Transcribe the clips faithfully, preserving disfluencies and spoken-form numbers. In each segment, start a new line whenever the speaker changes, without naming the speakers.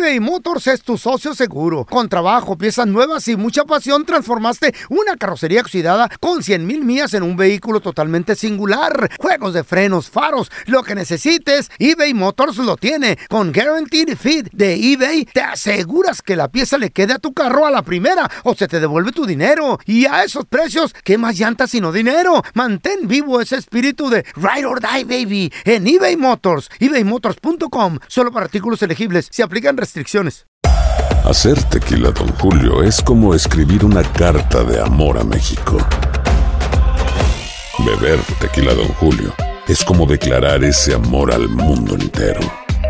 eBay Motors es tu socio seguro. Con trabajo, piezas nuevas y mucha pasión, transformaste una carrocería oxidada con cien mil millas en un vehículo totalmente singular. Juegos de frenos, faros, lo que necesites, eBay Motors lo tiene. Con Guaranteed Fit de eBay, te aseguras que la pieza le quede a tu carro a la primera o se te devuelve tu dinero. Y a esos precios, ¿qué más llantas sino dinero? Mantén vivo ese espíritu de Ride or Die, baby, en eBay Motors. ebay motors punto com. Solo para artículos elegibles. Se aplican restricciones.
Hacer tequila Don Julio es como escribir una carta de amor a México. Beber tequila Don Julio es como declarar ese amor al mundo entero.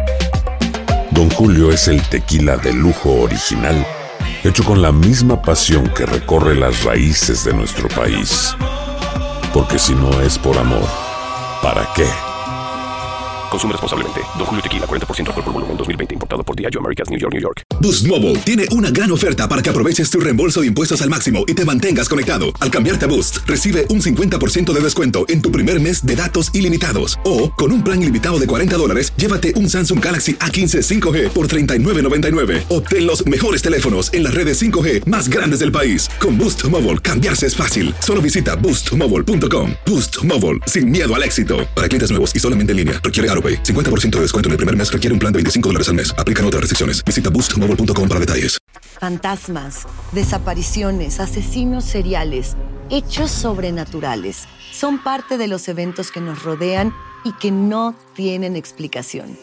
Don Julio es el tequila de lujo original, hecho con la misma pasión que recorre las raíces de nuestro país. Porque si no es por amor, ¿para qué?
Consume responsablemente. Don Julio Tequila, cuarenta por ciento alcohol por volumen, dos mil veinte. Importado por Diageo Americas, New York, New York.
Boost Mobile tiene una gran oferta para que aproveches tu reembolso de impuestos al máximo y te mantengas conectado. Al cambiarte a Boost, recibe un cincuenta por ciento de descuento en tu primer mes de datos ilimitados. O, con un plan ilimitado de cuarenta dólares, llévate un Samsung Galaxy A quince cinco G por treinta y nueve noventa y nueve. Obtén los mejores teléfonos en las redes cinco G más grandes del país. Con Boost Mobile, cambiarse es fácil. Solo visita boost mobile punto com. Boost Mobile, sin miedo al éxito. Para clientes nuevos y solamente en línea, requiere AutoPay. cincuenta por ciento de descuento en el primer mes requiere un plan de veinticinco dólares al mes. Aplican otras restricciones. Visita boost mobile punto com para detalles.
Fantasmas, desapariciones, asesinos seriales, hechos sobrenaturales son parte de los eventos que nos rodean y que no tienen explicación.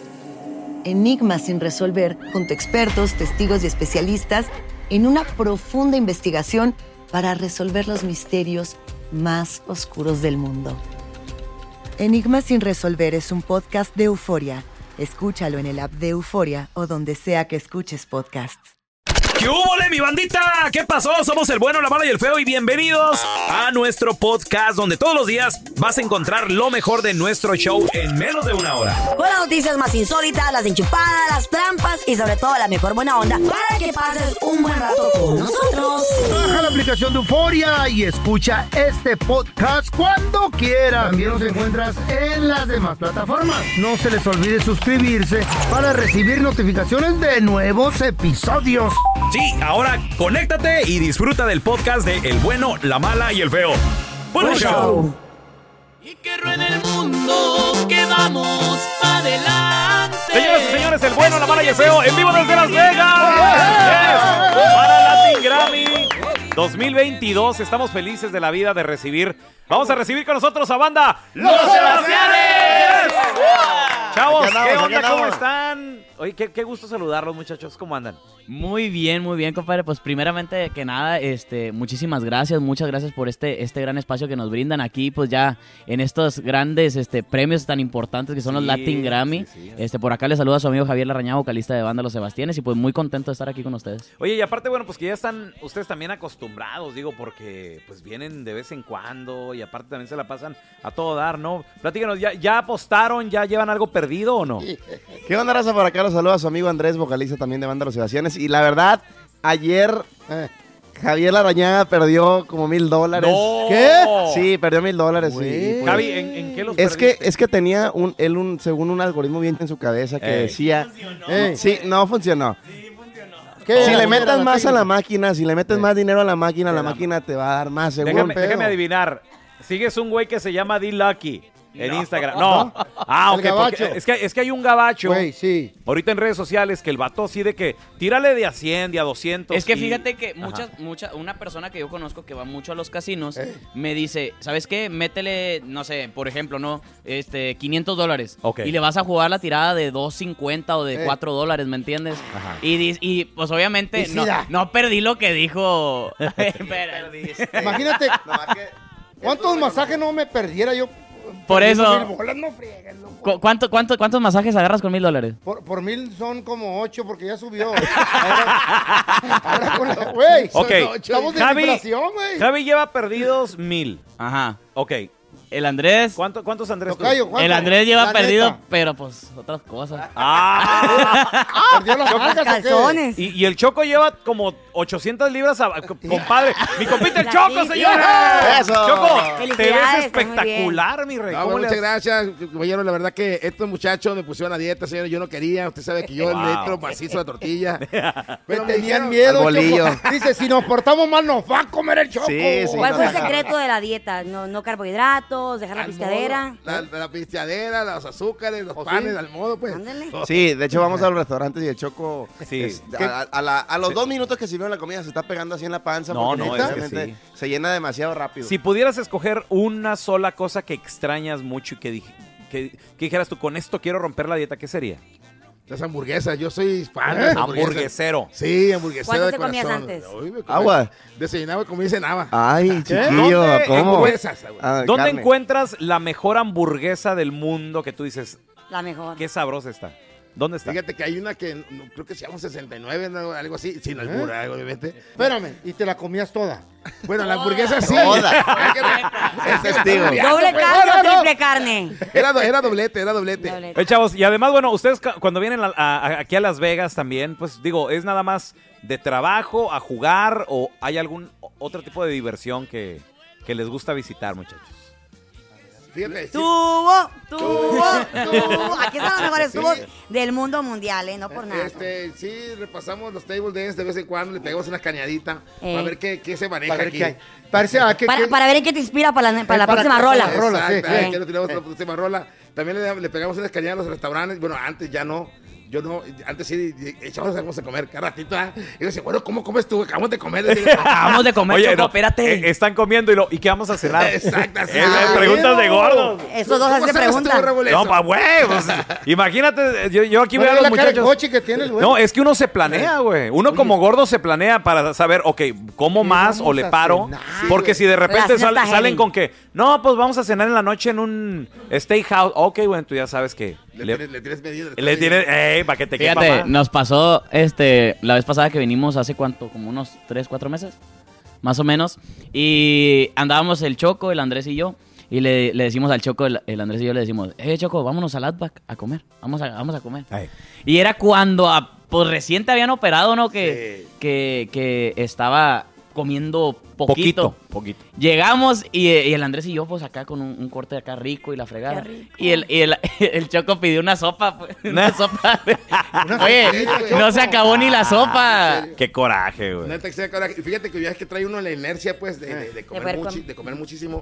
Enigmas sin resolver, junto a expertos, testigos y especialistas, en una profunda investigación para resolver los misterios más oscuros del mundo. Enigmas sin resolver es un podcast de Euforia. Escúchalo en el app de Euforia o donde sea que escuches podcasts.
¿Qué hubo, mi bandita? ¿Qué pasó? Somos el bueno, la mala y el feo y bienvenidos a nuestro podcast donde todos los días vas a encontrar lo mejor de nuestro show en menos de una hora.
Con las noticias más insólitas, las enchupadas, las trampas y sobre todo la mejor buena onda para que pases un buen rato con nosotros.
Baja la aplicación de Euforia y escucha este podcast cuando quieras. También nos encuentras en las demás plataformas. No se les olvide suscribirse para recibir notificaciones de nuevos episodios.
Sí, ahora conéctate y disfruta del podcast de El Bueno, la Mala y el Feo. ¡Buen show! show!
Y que ruede el mundo, que vamos adelante.
Señoras y señores, El Bueno, la Mala y el Feo en vivo desde Las Vegas. Yes. Para Latin Grammy dos mil veintidós. Estamos felices de la vida de recibir. Vamos a recibir con nosotros a banda Los Sebastianes. Chavos, andamos, ¿qué onda? ¿Cómo están? Oye, qué, qué gusto saludarlos, muchachos. ¿Cómo andan?
Muy bien, muy bien, compadre. Pues primeramente que nada, este, muchísimas gracias, muchas gracias por este, este gran espacio que nos brindan aquí, pues ya en estos grandes este, premios tan importantes que son sí, los Latin Grammy. Sí, sí. Este, por acá les saluda a su amigo Javier Larrañaga, vocalista de banda Los Sebastianes, y pues muy contento de estar aquí con ustedes.
Oye, y aparte, bueno, pues que ya están ustedes también acostumbrados, digo, porque pues vienen de vez en cuando y aparte también se la pasan a todo dar, ¿no? Platícanos, ¿ya, ya apostaron, ya llevan algo perdido o no?
¿Qué onda, raza? Por acá los saluda a su amigo Andrés, vocalista también de banda Los Sebastianes. Y la verdad, ayer eh, Javier Larrañaga perdió como mil dólares.
No.
¿Qué? Sí, perdió mil dólares. Sí, pues.
Javi, ¿en, ¿en qué los
es
perdiste?
que Es que tenía un, él un, según un algoritmo bien en su cabeza que
Ey.
decía...
Eh.
Sí, no funcionó.
Sí, funcionó.
Si le metes más a la máquina, si le metes sí. más dinero a la máquina, la máquina te va a dar más seguro.
Déjame, déjame adivinar. Sigues un güey que se llama D-Lucky. En no. Instagram. No. Ah, ok. Porque es, que, es que hay un gabacho.
Güey, sí.
Ahorita en redes sociales que el vato así de que tírale de a cien, de a doscientos.
Es que
y...
fíjate que muchas, mucha, una persona que yo conozco que va mucho a los casinos eh. me dice, ¿sabes qué? Métele, no sé, por ejemplo, ¿no? Este, quinientos dólares.
Okay.
Y le vas a jugar la tirada de dos cincuenta o de eh. cuatro dólares, ¿me entiendes? Ajá. Y, y pues obviamente no, no perdí lo que dijo.
Imagínate. ¿Cuántos masajes no me perdiera yo?
Por eso.
Bolas, no friegues,
¿Cu cuánto, cuánto, ¿Cuántos masajes agarras con mil dólares?
Por, por mil son como ocho porque ya subió. Ahora, ahora con la, güey.
Ok.
Estamos de
Javi,
inflación, güey.
Javi lleva perdidos mil.
Ajá.
Ok.
El Andrés.
¿Cuánto, ¿Cuántos Andrés?
Tocayo, ¿cuánto?
El Andrés lleva
La
perdido,
neta.
pero pues otras cosas.
Ah.
¿Perdió las nalgas o qué?
Calzones.
y, y el Choco lleva como ochocientas libras, a, compadre. Mi compita el Choco,
Gracias.
señores.
Eso.
Choco, te ves
Felicidades, está muy bien.
espectacular, mi rey.
No,
¿Cómo
bueno,
le
muchas
has-
gracias, compañero. La verdad que estos muchachos me pusieron a dieta, señor. Yo no quería. Usted sabe que yo
Wow.
le entro macizo a la tortilla.
Me
Pero me
tenían
dijeron-
miedo,
Al bolillo.
Choco. Dice, si nos portamos mal, nos va a comer el Choco.
Sí, sí.
¿Cuál fue el
no,
secreto de la dieta? No, no carbohidratos, dejar la
Al
pisteadera.
modo, La, la pisteadera, los azúcares, los
¿Oh,
panes,
sí?
al modo, pues.
Ándale.
Sí, de hecho vamos a los restaurantes y el Choco
Sí.
es- a, a la- a los dos minutos que sirvieron la comida se está pegando así en la panza.
No,
porque
no, es que
realmente
sí.
se llena demasiado rápido.
Si pudieras escoger una sola cosa que extrañas mucho y que, dij- que, que dijeras tú, con esto quiero romper la dieta, ¿qué sería?
Las hamburguesas, yo soy fan de
¿Eh?
las hamburguesas.
Hamburguesero.
Sí, hamburguesero
¿Cuántas
de
te comías
corazón.
antes?
Uy, me comía-
Agua.
Desayunaba y comía y cenaba.
Ay, chiquillo,
¿Dónde
¿cómo?
Hamburguesas, güey.
Ah,
¿Dónde
carne.
encuentras la mejor hamburguesa del mundo que tú dices,
La mejor.
qué sabrosa está? ¿Dónde está?
Fíjate que hay una que no, creo que se llama sesenta y nueve, ¿no? Algo así, sin albur, obviamente.
Espérame, y te la comías toda.
Bueno, la hamburguesa sí.
Toda. Es testigo.
¿Doble
pues,
carne
no,
o
no.
triple carne?
Era, do- era doblete, era doblete.
Doblete.
Eh, chavos, y además, bueno, ustedes ca- cuando vienen a- a- aquí a Las Vegas también, pues digo, ¿es nada más de trabajo, a jugar o hay algún o- otro tipo de diversión que, que les gusta visitar, muchachos?
Fíjate, sí,
Tubo, tubo, tubo. Aquí están los mejores
Sí.
tubos del mundo mundial, ¿eh? No por nada.
Este, sí, repasamos los table dance de vez en cuando, le pegamos una cañadita
Eh.
para ver qué, qué se maneja
Para ver
aquí.
qué hay. Parece a que...
Para,
que-
para ver en qué te inspira para la, para la
Eh, para
próxima
que-
rola.
para- rola, sí,
Exacto,
sí.
eh, que no tiramos la próxima rola. También le, le pegamos unas cañadas a los restaurantes. Bueno, antes ya no. Yo no, antes sí, echábamos algo a comer cada ratito. ¿eh? Y yo decía, bueno, ¿cómo comes tú? Acabamos de comer.
Acabamos de comer,
Oye,
Choco,
no,
espérate.
eh, están comiendo y, lo, ¿y qué vamos a cenar?
Exacto, así.
Eh, eh,
Ah,
preguntas de
bueno.
gordos.
Esos dos
¿Cómo
así se
sabes tú,
preguntan.
Raúl,
No,
eso?
pa' güey. pues, imagínate, yo, yo aquí veo a
Mira
los
la cara de
muchachos.
coche que tienes, güey.
No, es que uno se planea, güey. Uno como gordo se planea para saber, ok, ¿como
¿Qué
más
vamos
o le
a
paro?
cenar?
Porque si de repente
La cena
sal-
está
salen
heavy.
con que, no, pues vamos a cenar en la noche en un steakhouse. Ok, bueno, tú ya sabes que
Le,
le,
tienes, le tienes medido.
le tienes, ey, para que te quepa
Fíjate,
más.
nos pasó este la vez pasada que vinimos hace cuánto, como unos tres, cuatro meses, más o menos, y andábamos el Choco, el Andrés y yo, y le, le decimos al Choco, el, el Andrés y yo le decimos, eh Choco, vámonos al Outback a comer, vamos a, vamos a comer.
Ay.
Y era cuando a- pues recién te habían operado, ¿no? Que,
Sí.
que, que estaba comiendo poquito.
Poquito, poquito.
Llegamos y, y el Andrés y yo, pues acá con un, un corte de acá rico y la fregada.
Qué rico.
Y el, y el, el Choco pidió una sopa, pues, una sopa. Oye,
sopita,
no se acabó ni la sopa.
Qué coraje, güey.
Neta, que sea coraje. Y fíjate que ya es que trae uno la inercia, pues, de, de- de comer,
poder
muchi-
com-
de comer muchísimo.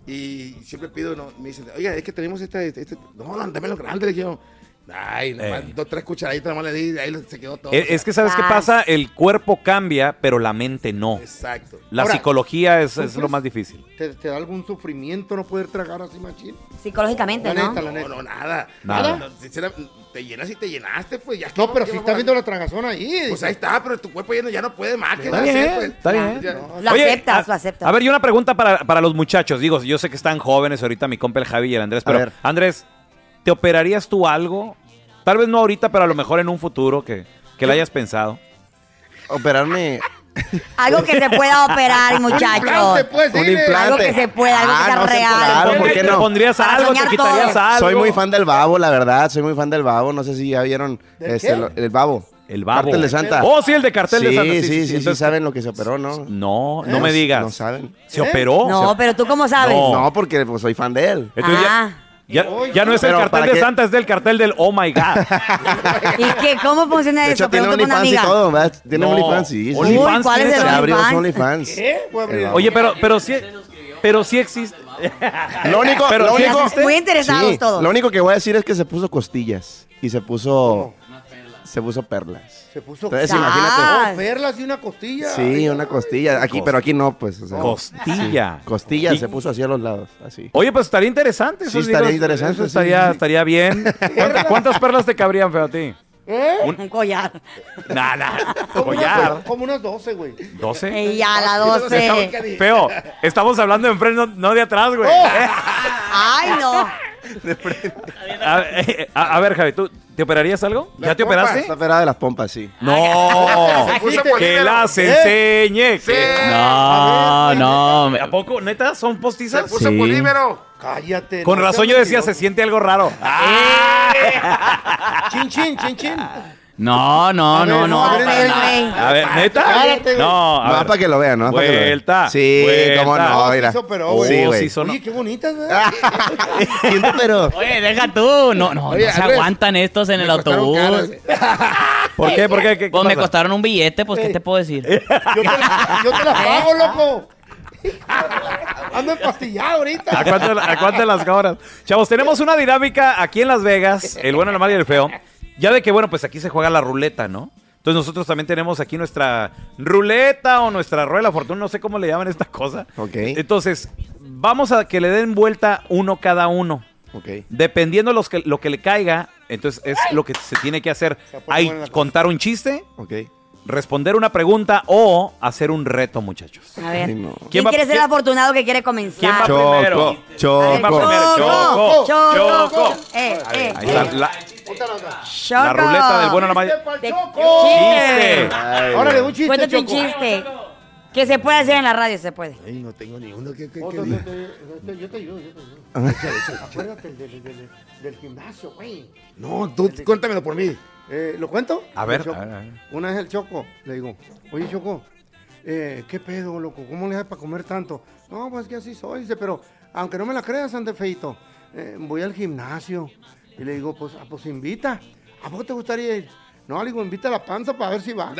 Y siempre pido, no, me dicen, oiga, es que tenemos este, este no, no, dame lo grande, le digo. Ay, nomás
Eh.
dos, tres cucharaditas nomás le di, y ahí se quedó todo.
Es,
o sea,
es que, ¿sabes qué
Ah.
pasa? El cuerpo cambia, pero la mente no.
Exacto.
La
Ahora,
psicología es, es
¿sufres?
lo más difícil.
¿Te, te da algún sufrimiento no poder tragar así, machín?
Psicológicamente,
La
¿no?
neta, la
No,
neta.
no, nada.
Nada.
No, sincera- te llenas y te llenaste, pues ya.
No, pero
¿qué
si
vamos
estás
a-
viendo la tragazón ahí.
Pues ahí está, pero tu cuerpo ya no, ya no puede más. ¿Qué
Está
va a
bien,
hacer, pues?
está bien.
Ya-
Lo
Oye,
aceptas,
a-
lo aceptas.
A ver, y una pregunta para, para los muchachos. Digo, yo sé que están jóvenes ahorita, mi compa el Javi y el Andrés,
A
pero
ver.
Andrés, ¿te operarías tú algo? Tal vez no ahorita, pero a lo mejor en un futuro que, que lo hayas pensado.
Operarme
Algo que se pueda operar, muchachos.
Implante, pues,
un
dile.
implante.
Algo que se pueda, algo que sea
no, sí,
real.
Claro, ¿por qué
¿Te
no?
pondrías
Para
algo? ¿Te
soñar
quitarías
todo.
algo?
Soy muy fan del babo, la verdad. Soy muy fan del babo. No sé si ya vieron
¿Del
este,
qué?
lo- el babo.
El babo.
Cartel de Santa.
Oh, sí, el de Cartel
sí,
de Santa.
Sí, sí, sí,
entonces-
saben lo que se operó, ¿no?
No, no
¿Eh?
me digas.
No saben.
¿Se operó?
No, pero tú cómo sabes.
No.
No, porque pues, soy fan de él.
Entonces ya-
Ah.
ya, ya no es el
Pero,
cartel
¿para
de
qué?
Santa, es del cartel del Oh My God.
¿Y qué? ¿Cómo funciona
De
eso?
hecho, tiene
Pregunto con una
OnlyFans y
amiga.
todo, ¿verdad? Tiene
No.
OnlyFans, sí. sí.
Uy,
OnlyFans
¿cuál es
tienes
el
Se abrió su
OnlyFans?
OnlyFans.
¿Qué? Voy a abrir.
Oye, pero, pero sí, pero sí existe.
Lo único,
Pero
lo
sí
único,
existe.
Muy interesados
sí,
todos.
Lo único que voy a decir es que se puso costillas y se puso, se puso perlas.
Se puso
Entonces,
Ah.
imagínate.
Oh, perlas y una costilla.
Sí, una costilla. Aquí, pero aquí no, pues. o sea,
Costilla.
Costillas
Y-
se puso así a los lados, así.
Oye, pues estaría interesante.
Sí,
esos
estaría
libros.
interesante,
Eso
sí,
estaría,
sí, sí.
estaría bien. ¿Cuántas, cuántas perlas te cabrían, feo, a ti?
¿Eh?
Un collar.
Nah, nah.
Como
Collar.
unas- Como unas doce, güey.
¿doce?
Y ya a la doce.
Feo, estamos hablando de enfrente, no, no de atrás, güey.
Ay, no.
A, eh, a- a ver, Javi, ¿tú ¿Te operarías algo? ¿Ya
Las
te
pompas.
operaste?
Está operada de las pompas, sí.
No,
Se puso
que
polímero.
las
¿Eh?
enseñe.
Sí.
que-
No, no.
¿A poco, neta, son
Se
postizas?
puso
Sí.
polímero.
Cállate.
Con
no
razón
seas
yo decía, se
mentiroso.
siente algo raro.
Chin, chin, chin, chin.
No, no,
A ver,
no, no.
a ver,
para
a
nada.
güey.
A ver, ¿neta?
Cállate, güey.
No, a
No,
ver.
para que lo vean, ¿no? Para que lo vean.
Vuelta,
Sí,
vuelta.
cómo no,
No,
mira.
sí se operó,
Oh,
güey.
Sí, güey.
sí son-
Oye, qué bonitas, ¿verdad?
¿Quién te operó?
Oye, deja tú. No, no,
Oye,
no se
Andrés,
aguantan estos en
me
el
costaron
autobús.
caras.
¿Por qué? ¿Por qué? ¿Qué, qué
Pues me
pasa?
costaron un billete, pues, ¿qué te puedo decir?
Yo te, la- yo te las pago, loco. Ando empastillado ahorita.
¿A cuánto, ¿A cuánto las cobras? Chavos, tenemos una dinámica aquí en Las Vegas, el bueno, la mala y el feo. Ya de que, bueno, pues aquí se juega la ruleta, ¿no? Entonces nosotros también tenemos aquí nuestra ruleta o nuestra rueda de la fortuna, no sé cómo le llaman esta cosa.
Ok.
Entonces, vamos a que le den vuelta uno cada uno.
Ok.
Dependiendo los que, lo que le caiga, entonces es lo que se tiene que hacer.
Se pone
Hay
buena la cosa.
contar un chiste,
Ok.
responder una pregunta o hacer un reto, muchachos.
A ver.
Ay, no.
¿Quién,
¿Quién va-
quiere ser el
quién-
afortunado que quiere comenzar?
¿Quién va
Choco,
primero?
Choco.
¿Quién va primero?
Choco,
Choco, Choco.
Eh, eh,
Ahí está
eh.
la,
Choco.
la ruleta del bueno, la mala.
De-
Chiste.
Ay,
Órale,
güey.
un chiste,
Cuéntate un
Choco.
chiste. Que se puede hacer en la radio, se puede.
Ay, no tengo ni uno. ¿Qué, qué, qué
Otro,
digo?
te- te- te- Yo te ayudo, yo te ayudo. Acuérdate del, del- del gimnasio, güey.
No, tú cuéntamelo por mí.
Eh, ¿Lo cuento?
A ver,
El Choco.
a ver, a ver.
Una vez el Choco, le digo, oye, Choco, eh, ¿qué pedo, loco? ¿Cómo le das para comer tanto? No, pues que así soy, dice, pero aunque no me la creas, ande feito, eh, voy al gimnasio. Y le digo, pues, ah, pues invita. ¿A poco te gustaría ir? No, le digo, invita a la panza para ver si va.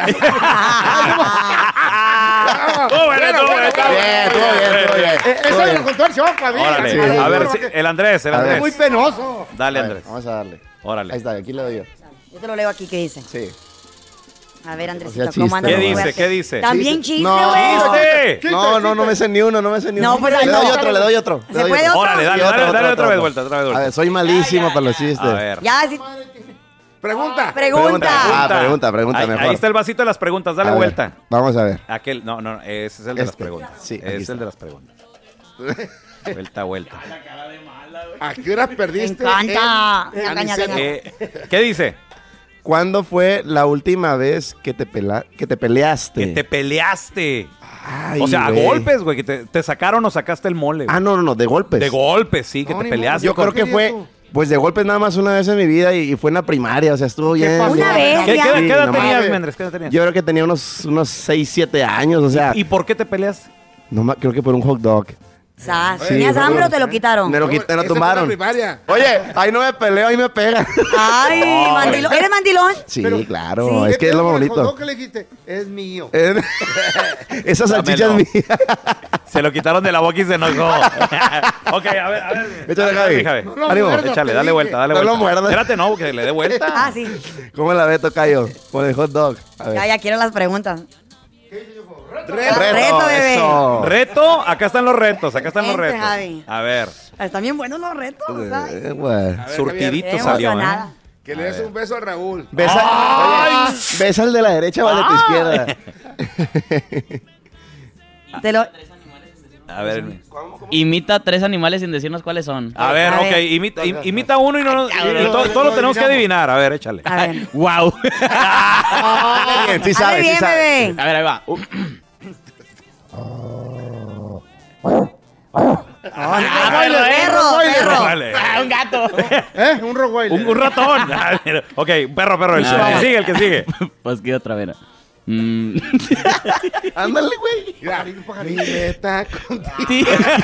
Estuvo bueno, estuvo bueno, estuvo
Bien, estuvo bien, estuvo bien.
Eh, Eso me lo contó el Choco, a mí.
Órale,
Sí,
a ver,
porque
sí, el Andrés, el
A ver.
es muy
Andrés.
penoso.
Dale,
A ver,
Andrés.
Vamos a darle.
Órale.
Ahí está, aquí le doy yo.
Yo te lo leo aquí, ¿qué dice?
Sí.
A ver,
O
Andresito,
sea,
¿cómo
chiste.
andas?
¿Qué
con
dice?
fuerte?
¿Qué dice?
También chiste,
No.
güey.
¡Chiste!
No, no, no me sé ni uno, no me sé ni uno.
No, pues,
le
no.
doy otro, le doy otro. le
¿Se
doy
puede
otro.
otro?
Órale, dale,
Sí,
dale,
otro,
dale
otro,
otra
otro.
vez vuelta, otra vez
A
vuelta.
ver, soy malísimo para los chistes.
A ver.
Ya, sí.
Pregunta.
Pregunta.
Ah, pregunta, pregunta,
ahí,
mejor.
ahí está el vasito de las preguntas, dale
A ver,
vuelta.
Vamos a ver.
Aquel, no, no, ese es el de las
Este.
preguntas.
Sí, aquí
Ese es
está.
el de las preguntas. Vuelta, vuelta.
¿A qué hora
Me
perdiste?
encanta.
en
Ya, caña,
Anicet?
caña.
Eh, ¿Qué dice?
¿Cuándo fue la última vez que te, pela que te peleaste?
Que te peleaste.
Ay,
O sea, a
güey.
golpes, güey, que te, te sacaron o sacaste el mole. güey.
Ah, no, no, no, de golpes.
De golpes, sí, que
No,
te
ni
peleaste.
Yo
con-
creo que fue, pues de golpes nada más una vez en mi vida y, y fue en la primaria, o sea, estuvo bien.
pasó?
Una vez,
¿Qué,
ya.
qué- qué edad
no
tenías,
mames.
Mendres? ¿Qué edad tenías?
Yo creo que tenía unos, unos seis, siete años, o sea,
¿Y por qué te peleas?
no ma- creo que por un hot dog.
Sas.
Sí,
¿Tenías
fue
hambre
por-
o te lo quitaron?
Me lo, quit- me lo
Esa fue la
tumbaron.
primaria.
Oye, ahí no me peleo, ahí me pegan.
Ay,
No,
mandilón. ¿Eres mandilón?
Sí,
Pero-
claro,
Sí.
es que es lo
¿Qué pedo con el hot
bonito.
dog que le dijiste? Es mío.
Eh, Esa salchicha es
Dámelo.
mía.
Se lo quitaron de la boca y se enojó. Ok, a ver, a ver.
Échale,
Dale,
Javi.
Javi.
No lo
Ánimo.
muerdas,
Échale,
te
dale
dije.
vuelta, dale
No lo
vuelta.
muerdas.
Espérate, no, que le dé vuelta.
Ah, sí.
¿Cómo la ve, tocayo? Con el hot dog. A ver.
Ya, ya quiero las preguntas.
Reto.
Reto, bebé.
eso.
Reto, acá están los retos, acá están los
Vente,
retos.
Javi.
A ver,
Están bien buenos los retos, ¿sabes?
Eh, güey.
A ver,
surtidito
Qué
salió, ¿eh?
emocionada.
Que le des un beso a Raúl.
Besa, oye, besa al de la derecha o al de tu izquierda.
Te lo...
A ver,
Imita tres animales sin decirnos cuáles son.
a ver,
A
ok,
ver.
imita, im- imita uno y, no, nos- y- y todo, todo lo tenemos que adivinar. A ver, échale.
A ver.
¡Wow!
Bien, sí
Hazle
sabe, sí
bien,
sabe.
bebé.
A ver, ahí va.
Ah,
perro, eh,
perro, perro.
Vale.
Ah, un gato.
¿Eh? Un Rottweiler.
Un, un ratón. Ok, perro, perro. El,
A ver.
que sigue, el que sigue.
Pues qué otra vez. Mm.
Ándale, güey.
Mira,
Un pajarito.
neta, contigo.
Sí.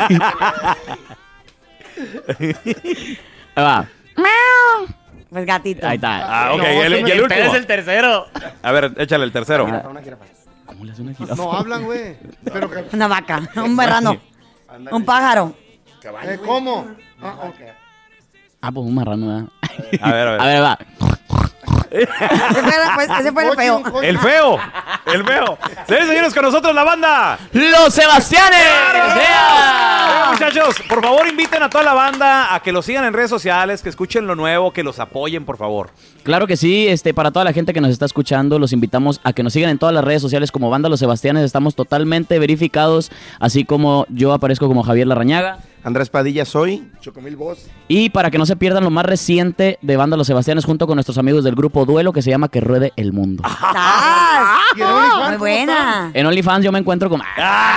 Ahí va.
Pues gatito.
Ahí está.
Ah, ok,
No,
y el-
sí,
y el
pero
último.
es el tercero.
A ver, échale el tercero.
¿Cómo le hace una jirafa?
No hablan, güey. Pero que,
Una vaca, un marrano, un pájaro.
eh, ¿cómo? Ah, ok.
Ah, pues un marrano, ¿verdad?
A ver, a ver.
A ver, va.
Ese fue, pues, ese fue el
Coche,
feo.
un coche.
El feo. El feo. Señores y señores, con nosotros la banda.
¡Los Sebastianes!
Eh,
¡Yeah!
muchachos, por favor inviten a toda la banda a que los sigan en redes sociales, que escuchen lo nuevo, que los apoyen, por favor.
Claro que sí, este, para toda la gente que nos está escuchando, los invitamos a que nos sigan en todas las redes sociales como Banda Los Sebastianes. Estamos totalmente verificados, así como yo aparezco como Javier Larrañaga.
Andrés Padilla soy.
Chocomil Voz.
Y para que no se pierdan lo más reciente de Banda Los Sebastianes junto con nuestros amigos del grupo Duelo que se llama Que Ruede el Mundo.
¡Ah! Muy buena.
En OnlyFans yo me encuentro con...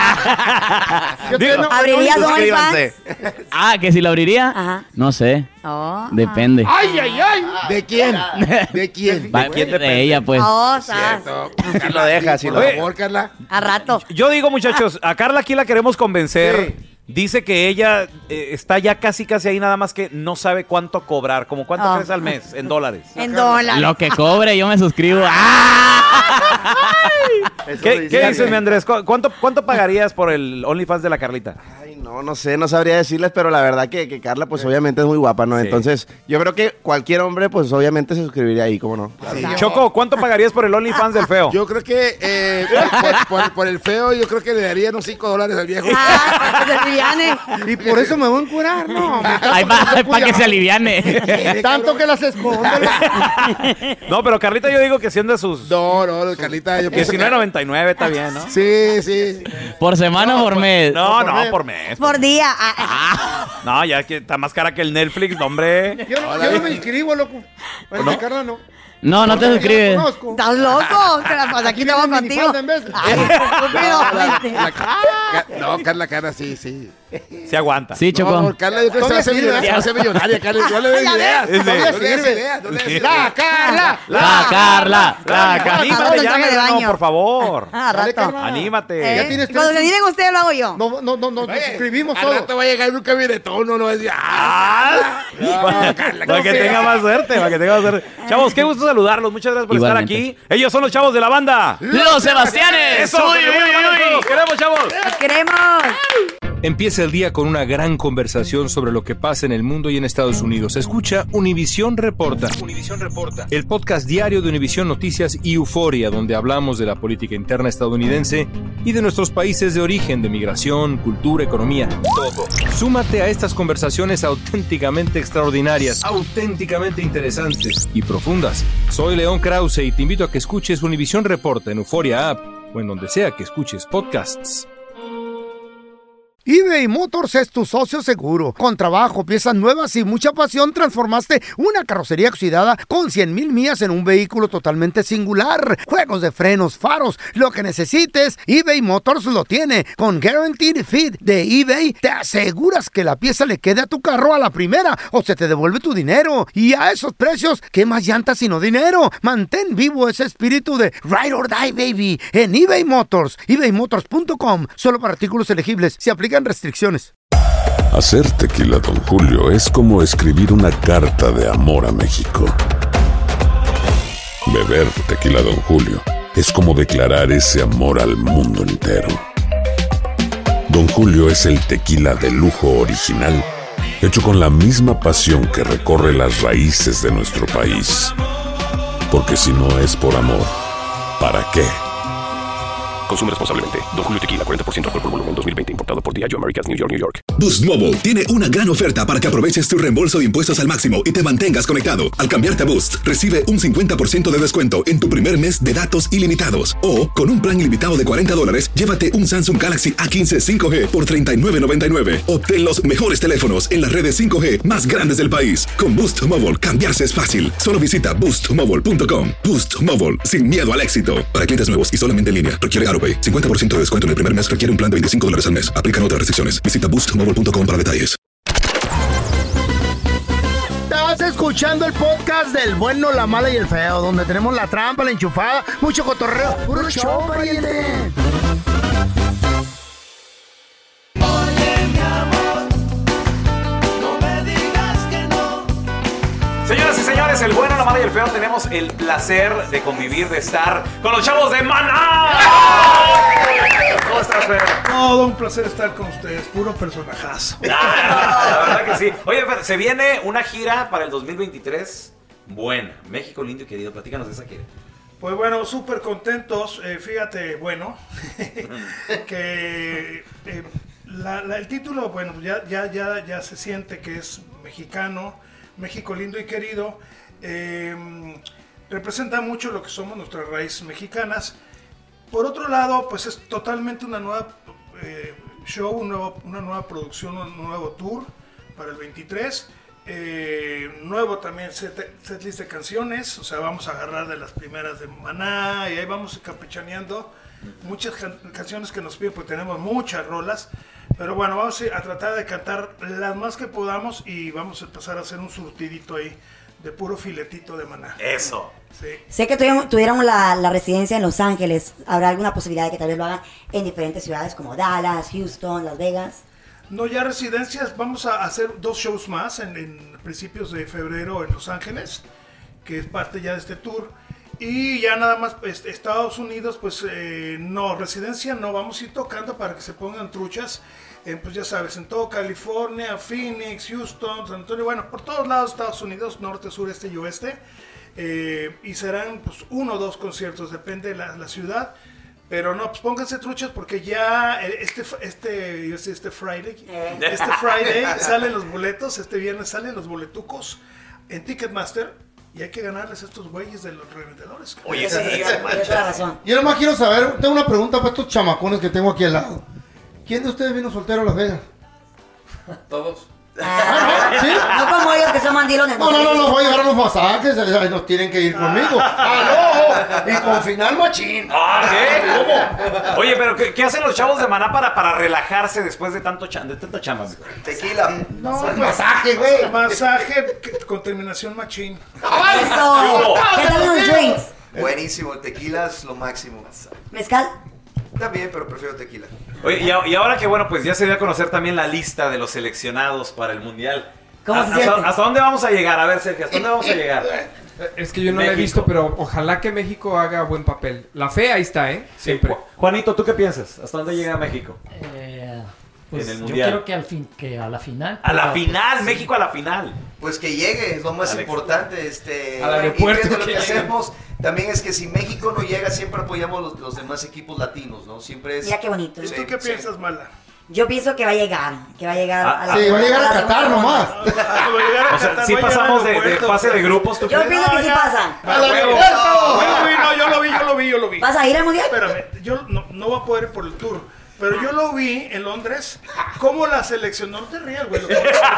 Digo, ¿abrirías OnlyFans?
Ah, que si lo abriría.
Ajá.
No sé.
Oh.
Depende.
¡Ay, ay, ay! ¿De quién? ¿De quién?
Va,
quién
de
depende?
ella, pues.
Oh, ¿sabes?
Si lo deja, si lo
Por
deja.
favor, Carla.
A rato.
Yo digo, muchachos, a Carla aquí la queremos convencer. Dice que ella eh, está ya casi casi ahí, nada más que no sabe cuánto cobrar. ¿Como cuánto
Oh.
crees al mes en dólares?
En dólares.
Lo que cobre, yo me suscribo. ¡Ah!
¿Qué, ¿qué dices, mi Andrés? ¿Cu- ¿Cuánto, ¿Cuánto pagarías por el OnlyFans de la Carlita?
Ay, no, no sé, no sabría decirles, pero la verdad que, que Carla, pues obviamente es muy guapa, ¿no?
Sí.
Entonces, yo creo que cualquier hombre, pues obviamente se suscribiría ahí, ¿cómo no?
Sí,
Choco, ¿cuánto pagarías por el OnlyFans del feo?
Yo creo que eh, por, por- por el feo, yo creo que le daría unos cinco dólares al viejo.
Ah, pues el Viviane.
Y por eso me voy a encurar, no.
Ay, para que se aliviane.
Tanto que las esconde.
No, pero Carlita yo digo que siendo de sus
No, no, Carlita, yo pienso que...
diecinueve noventa y nueve está bien, ¿no?
Sí, sí.
¿Por semana o por mes?
No, no, por mes.
Por día. Ah, ah.
No, ya que está más cara que el Netflix, no, hombre.
Yo no, yo no me inscribo, loco. Bueno, Carla no.
No, no te
Yo la
suscribes.
conozco.
¿Estás loco? Pues aquí estamos
viene
contigo.
minifalda en vez.
Ay, estúpido.
La- Ca- no, Carla, Carla, sí, sí.
Se aguanta.
Sí, Choco.
No, Carla, yo creo que se va a hacer
Todavía
millonaria,
sirve.
se va a hacer millonaria, Carla. No le des
Ya
ideas.
ves.
No le des
Todavía
ideas, no le des
sirve.
ideas.
La Carla.
La Carla. La Carla.
Anímate
Un
ya,
traje de
no,
baño.
por favor.
Ah,
Dale,
rato.
Carla.
Anímate.
Eh,
Ya tienes
Cuando
tres-
se digan ustedes, lo hago yo.
No, no, no, nos
Oye,
suscribimos
al
todo.
rato va a llegar un camionetón, no, no va a decir, ¡ah!
Para, para que tenga más suerte, para que tenga más suerte. Chavos, qué gusto saludarlos. Muchas gracias por
Igualmente.
estar aquí. Ellos son los chavos de la banda.
¡Los Sebastianes!
Eso,
¡Uy,
que le
uy,
vayan mal,
uy!
los queremos, chavos.
Los queremos.
Empieza el día con una gran conversación sobre lo que pasa en el mundo y en Estados Unidos. Escucha Univisión Reporta. Univisión Reporta. El podcast diario de Univisión Noticias y Euforia, donde hablamos de la política interna estadounidense y de nuestros países de origen, de migración, cultura, economía, todo. Súmate a estas conversaciones auténticamente extraordinarias, auténticamente interesantes y profundas. Soy León Krause y te invito a que escuches Univisión Reporta en Euforia App o en donde sea que escuches podcasts.
eBay Motors es tu socio seguro. Con trabajo, piezas nuevas y mucha pasión, transformaste una carrocería oxidada con cien mil millas en un vehículo totalmente singular. Juegos de frenos, faros, lo que necesites, eBay Motors lo tiene. Con Guaranteed Fit de eBay, te aseguras que la pieza le quede a tu carro a la primera o se te devuelve tu dinero. Y a esos precios, ¿qué más llantas sino dinero? Mantén vivo ese espíritu de Ride or Die, baby, en eBay Motors. ebay motors punto com. Solo para artículos elegibles. Se aplican restricciones.
Hacer tequila, Don Julio, es como escribir una carta de amor a México. Beber tequila, Don Julio, es como declarar ese amor al mundo entero. Don Julio es el tequila de lujo original, hecho con la misma pasión que recorre las raíces de nuestro país. Porque si no es por amor, ¿para qué?
Consume responsablemente. Don Julio Tequila, cuarenta por ciento alcohol por volumen, dos mil veinte. Importado por Diageo Americas, New York, New York.
Boost Mobile tiene una gran oferta para que aproveches tu reembolso de impuestos al máximo y te mantengas conectado. Al cambiarte a Boost, recibe un cincuenta por ciento de descuento en tu primer mes de datos ilimitados. O, con un plan ilimitado de cuarenta dólares, llévate un Samsung Galaxy A quince cinco G por treinta y nueve noventa y nueve. Obtén los mejores teléfonos en las redes cinco G más grandes del país. Con Boost Mobile, cambiarse es fácil. Solo visita boost mobile punto com. Boost Mobile, sin miedo al éxito. Para clientes nuevos y solamente en línea, requiere AutoPay. cincuenta por ciento de descuento en el primer mes, requiere un plan de veinticinco dólares al mes. Aplican otras restricciones. Visita boost mobile punto com para detalles.
Estás escuchando el podcast del bueno, la mala y el feo, donde tenemos la trampa, la enchufada, mucho cotorreo. ¡Puro show, pariente!
Señoras y señores, el bueno, la mala y el feo, tenemos el placer de convivir, de estar con los chavos de Maná. ¿Cómo estás, feo?
Todo un placer estar con ustedes, puro personajazo.
Ah, la verdad que sí. Oye, Fer, se viene una gira para el dos mil veintitrés buena. México lindo y querido, platícanos de esa gira.
Pues bueno, súper contentos. Eh, fíjate, bueno, que eh, la, la, el título, bueno, ya, ya, ya, ya se siente que es mexicano, México lindo y querido. Eh, representa mucho lo que somos, nuestras raíces mexicanas. Por otro lado, pues es totalmente una nueva eh, show, un nuevo, una nueva producción, un nuevo tour para el veintitrés. Eh, nuevo también set, setlist de canciones, o sea, vamos a agarrar de las primeras de Maná y ahí vamos campechaneando muchas can- canciones que nos piden, pues tenemos muchas rolas, pero bueno, vamos a tratar de cantar las más que podamos y vamos a empezar a hacer un surtidito ahí de puro filetito de Maná.
Eso.
Sí.
Sé que tuvieron, tuvieron la, la residencia en Los Ángeles. ¿Habrá alguna posibilidad de que tal vez lo hagan en diferentes ciudades como Dallas, Houston, Las Vegas?
No, ya residencias, vamos a hacer dos shows más en, en principios de febrero en Los Ángeles, que es parte ya de este tour. Y ya nada más pues, Estados Unidos, pues eh, no, residencia no, vamos a ir tocando para que se pongan truchas. Eh, pues ya sabes, en todo California, Phoenix, Houston, San Antonio, bueno, por todos lados Estados Unidos, norte, sur, este y oeste. Eh, y serán pues uno o dos conciertos, depende de la, la ciudad. Pero no, pues pónganse truchas porque ya este este este Friday, este Friday salen los boletos, este viernes salen los boletucos en Ticketmaster y hay que ganarles a estos güeyes de los revendedores.
Oye, sí,
tienes razón.
Yo nomás quiero saber, tengo una pregunta para estos chamacones que tengo aquí al lado. ¿Quién de ustedes vino soltero a Las Vegas?
Todos.
Ah, ¿sí? No como ellos que son mandilones.
No, no, no, los voy a llevar a los masajes, nos tienen que ir conmigo. ¡Aló! Y con final machín.
Ah, ¿qué? Oye, pero ¿qué, qué hacen los chavos de Maná para, para relajarse después de tanto cha- de tanta chamba?
Tequila.
No,
pues, masaje, güey.
Masaje que- con terminación machín.
Eso. ¿Qué tal los drinks?
Buenísimo, el tequila es lo máximo.
¿Mezcal?
También, pero prefiero tequila.
Oye, y, a- y ahora que bueno, pues ya se dio a conocer también la lista de los seleccionados para el Mundial.
¿Cómo se
¿Hasta,
siente?
¿Hasta dónde vamos a llegar? A ver, Sergio, ¿hasta dónde vamos a llegar?
Es que yo no lo he
México.
visto, pero ojalá que México haga buen papel. La fe ahí está, ¿eh? Siempre.
Ju- Juanito, ¿tú qué piensas? ¿Hasta dónde llega México?
Eh, pues
En el
yo
Mundial.
creo que al fin, que a la final.
A la
pero,
final,
pues,
México a la final.
Pues que llegue, es lo más
Alex.
importante. Este,
Al aeropuerto
y fíjate lo
que
que
llegue.
hacemos también es que si México no llega, siempre apoyamos los, los demás equipos latinos, ¿no? Siempre es.
Mira qué bonito.
¿Y tú qué piensas, Mala?
Yo pienso que va a llegar, que va a llegar
Ah,
a la
Sí, va a llegar a
la
Qatar
segunda
nomás.
ronda.
O sea, si pasamos de, de fase de grupos, ¿tú
Yo
crees?
pienso que sí pasa.
¡Al aeropuerto! Yo lo vi, no, yo lo vi, yo lo vi, yo lo vi.
¿Vas a ir al mundial?
Espérame, yo no, no voy a poder ir por el tour, pero yo lo vi en Londres, cómo la selección, no te rías, güey. lo que-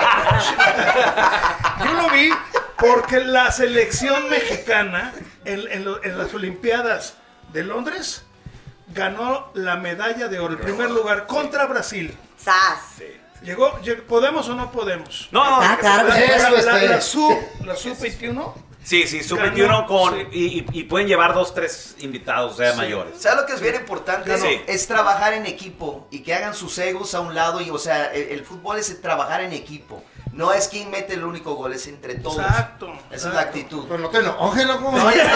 Yo lo vi porque la selección mexicana en, en lo- en las Olimpiadas de Londres ganó la medalla de oro, el primer lugar contra Brasil.
¡Sas!
Llegó, lleg- ¿podemos o no podemos?
No, no,
Ah, claro que
La,
sí.
Eso
la,
está
la,
ahí.
la sub, la sub veintiuno.
Sí, sí, sub
Ganó,
veintiuno con,
sí.
y, y- y pueden llevar dos, tres invitados, o sea,
Sí.
mayores.
¿Sabes lo que es bien importante?
Sí.
Es trabajar en equipo y que hagan sus egos a un lado. Y, o sea, el, el fútbol es trabajar en equipo. No es quien mete el único gol, es entre todos.
Exacto.
Esa es la actitud.
Pero no te enojes, loco.
No, ya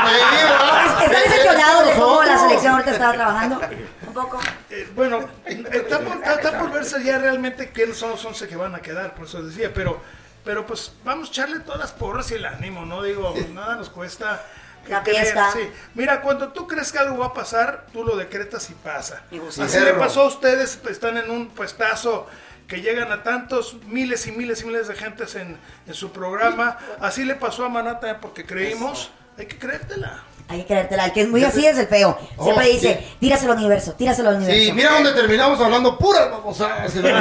está.
¿Están decepcionados de cómo la selección ahorita estaba trabajando? Un poco.
Eh, bueno, está por, está por verse ya realmente quiénes son los once que van a quedar, por eso decía, pero, pero pues vamos a echarle todas las porras y el ánimo, ¿no? Digo, nada nos cuesta.
La
creer,
fiesta.
sí. Mira, cuando tú crees que algo va a pasar, tú lo decretas y pasa.
Me gusta.
Así le pasó a ustedes, pues, están en un puestazo que llegan a tantos miles y miles y miles de gentes en, en su programa. Así le pasó a Manata porque creímos, hay que creértela.
Hay que creértela. El que es muy así es el feo. Siempre
Oh,
dice,
sí.
tíraselo al universo, tíraselo al universo.
Sí, mira dónde terminamos hablando puras babosadas.
Eso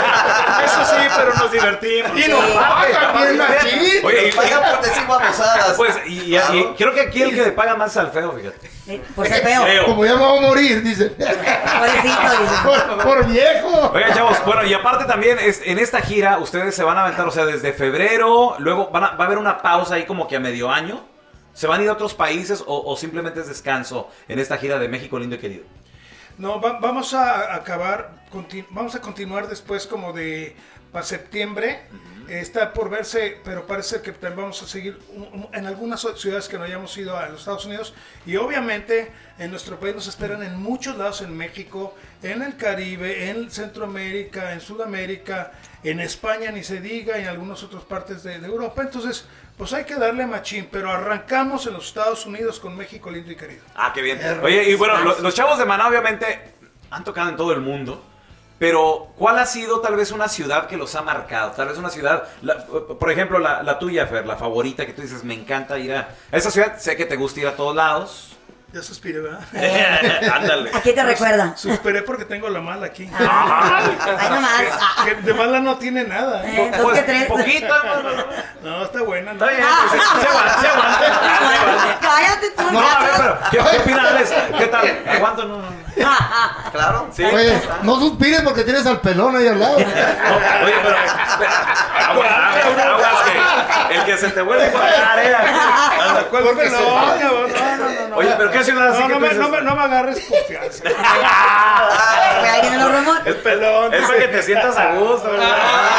sí, pero nos divertimos.
Y nos pagan bien machín.
Oye, y-
Nos pagan por decir babosadas.
Pues, y, y- y creo que aquí el que le paga más es al feo, fíjate.
Sí, por ser feo.
Feo.
Como ya me voy a morir, dice.
Pobrecito, dice.
Por, por viejo.
Oigan, chavos, bueno, y aparte también es- en esta gira ustedes se van a aventar, o sea, desde febrero, luego van a- va a haber una pausa ahí como que a medio año. ¿Se van a ir a otros países o, o simplemente es descanso en esta gira de México lindo y querido?
No, va- vamos a acabar, conti- vamos a continuar después como de para septiembre. Eh, está por verse, pero parece que también vamos a seguir un- un- en algunas o- ciudades que no hayamos ido a los Estados Unidos. Y obviamente en nuestro país nos esperan en muchos lados, en México, en el Caribe, en Centroamérica, en Sudamérica, en España ni se diga, y en algunas otras partes de, de Europa. Entonces, pues hay que darle machín, pero arrancamos en los Estados Unidos con México lindo y querido.
Ah, qué bien. Oye, y bueno, lo- los chavos de Maná obviamente han tocado en todo el mundo, pero ¿cuál ha sido tal vez una ciudad que los ha marcado? Tal vez una ciudad, la- por ejemplo, la, la tuya, Fer, la favorita, que tú dices, me encanta ir a, a esa ciudad, sé que te gusta ir a todos lados,
Ya suspiré, ¿verdad?
Ándale.
¿A qué te recuerda?
Suspiré porque tengo la mala aquí.
Ay, nomás.
Que, que de mala no tiene nada.
Eh, dos que tres.
Poquito.
No, está buena. ¿no?
Está bien, pues, se aguanta, se aguanta.
Cállate tú.
No, a ver, pero, ¿qué, qué opinas, Alex? ¿Qué tal? ¿Aguanto? No, no.
Claro.
Sí.
Oye, no suspires porque tienes al pelón ahí al lado.
Oye, pero. Aguas, aguas, aguas, que el que se te vuelve por la área.
¿Cuál pelón? No, no, no, no.
Oye, pero ¿qué ciudad así
No,
que
no
tú
me,
dices?
no, me, no me agarres confianza.
¿Alguien en los rumores?
Es pelón. Es para que te sientas a gusto, ¿verdad?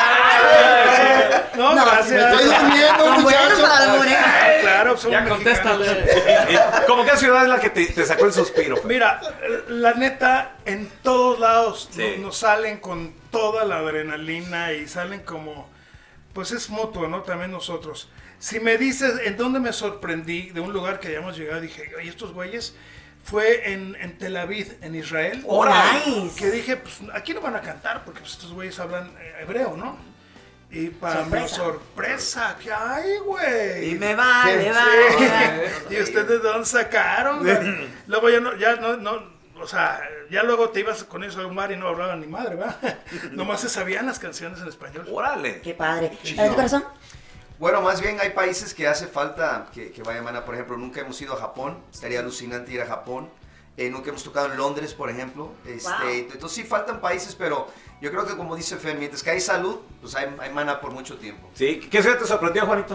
No,
No,
gracias.
Me estoy durmiendo,
Son buenos
muchacho.
para las orejas.
Claro, somos
Ya
mexicanos.
contéstale.
¿Cómo qué ciudad es la que te, te sacó el suspiro?
Mira, la neta, en todos lados
Sí.
nos, nos salen con toda la adrenalina y salen como, pues es mutuo, ¿no? También nosotros. Si me dices en dónde me sorprendí de un lugar que hayamos llegado, dije, oye, estos güeyes, fue en, en Tel Aviv, en Israel.
Oh, nice.
Que dije, pues aquí no van a cantar porque pues, estos güeyes hablan eh, hebreo, ¿no? Y para mi
Sorpresa.
sorpresa, ¿qué hay, güey?
Y me va,
Sí.
me va.
¿Y ustedes de dónde sacaron? güey? Luego ya no, ya no, no, o sea, ya luego te ibas con ellos a un bar y no hablaban ni madre, ¿verdad? Nomás se sabían las canciones en español.
Órale.
Qué padre. ¿A tu corazón?
Bueno, más bien hay países que hace falta que, que vayan, mana. Por ejemplo, nunca hemos ido a Japón. Estaría alucinante ir a Japón. Eh, nunca hemos tocado en Londres, por ejemplo. Este,
Wow.
Entonces sí faltan países, pero yo creo que como dice Fer, mientras que hay salud, pues hay, hay mana por mucho tiempo.
Sí, ¿qué ciudad te sorprendió, Juanito?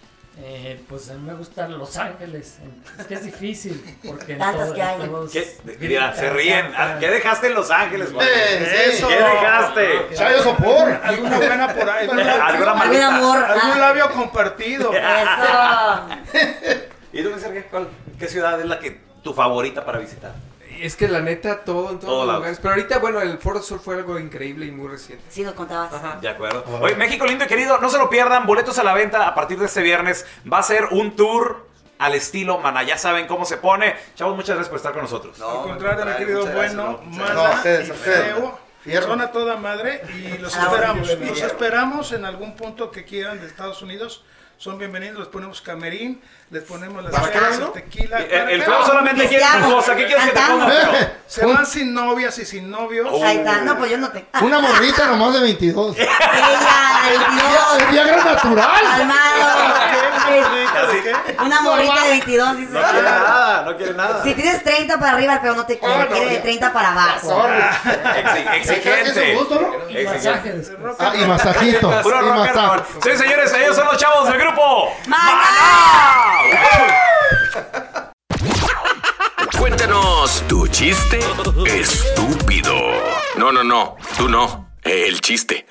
Eh, pues a mí me gusta Los Ángeles. Es que es difícil. Porque en
Tantas
todo-
que hay.
todos
¿Qué?
gritan,
Mira, se ríen.
cantan.
¿Qué dejaste en Los Ángeles, Juan?
Eh,
Eso.
¿Qué dejaste?
Chayo Sopor.
Alguna buena por ahí. Alguna,
¿Alguna
Algún
maleta?
amor.
algún
Ah,
labio compartido.
Eso.
¿Y tú, Sergio? ¿Cuál- ¿Qué ciudad es la que tu favorita para visitar?
Es que la neta, todo en todos
Todos
los
lados.
lugares. Pero ahorita, bueno, el Foro Sur fue algo increíble y muy reciente.
Sí, nos contabas.
Ajá.
De acuerdo. Oye, México lindo y querido, no se lo pierdan. Boletos a la venta a partir de este viernes. Va a ser un tour al estilo Mana. Ya saben cómo se pone. Chavos, muchas gracias por estar con nosotros.
No,
Al contrario, mi querido
muchas gracias,
bueno,
no, muchas
Mana
gracias. No, ustedes,
y
ustedes.
Feo,
Fierro.
son a toda madre y los
Ah,
esperamos.
bueno.
Los esperamos en algún punto que quieran de Estados Unidos. Son bienvenidos, les ponemos camerín, les ponemos las
¿Para qué,
bebidas,
no?
el tequila.
El,
¿para
el
qué?
feo solamente quiere tu
Cristiano.
cosa. ¿Qué quieres que te ponga,
Cantando.
feo?
Se van sin novias y sin novios.
Oh.
Ahí está. No, pues yo no te.
Una morrita nomás de veintidós.
Ella, veintidós.
Es Viagra natural.
Calmado.
Así.
Una morrita de veintidós, dice.
No quiere nada, no quiere nada.
Si tienes treinta para arriba, pero no te quiere,
Ah, no,
quiere de
ya.
treinta para abajo.
Exi- Exigente.
Es su gusto, ¿no?
Y
Exigente.
masaje después.
Ah, y masajito.
Puro
Y
rock and roll.
masaje.
Sí, señores, ellos son los chavos del grupo
¡Maná!
Cuéntanos tu chiste estúpido. No, no, no, tú no. El chiste.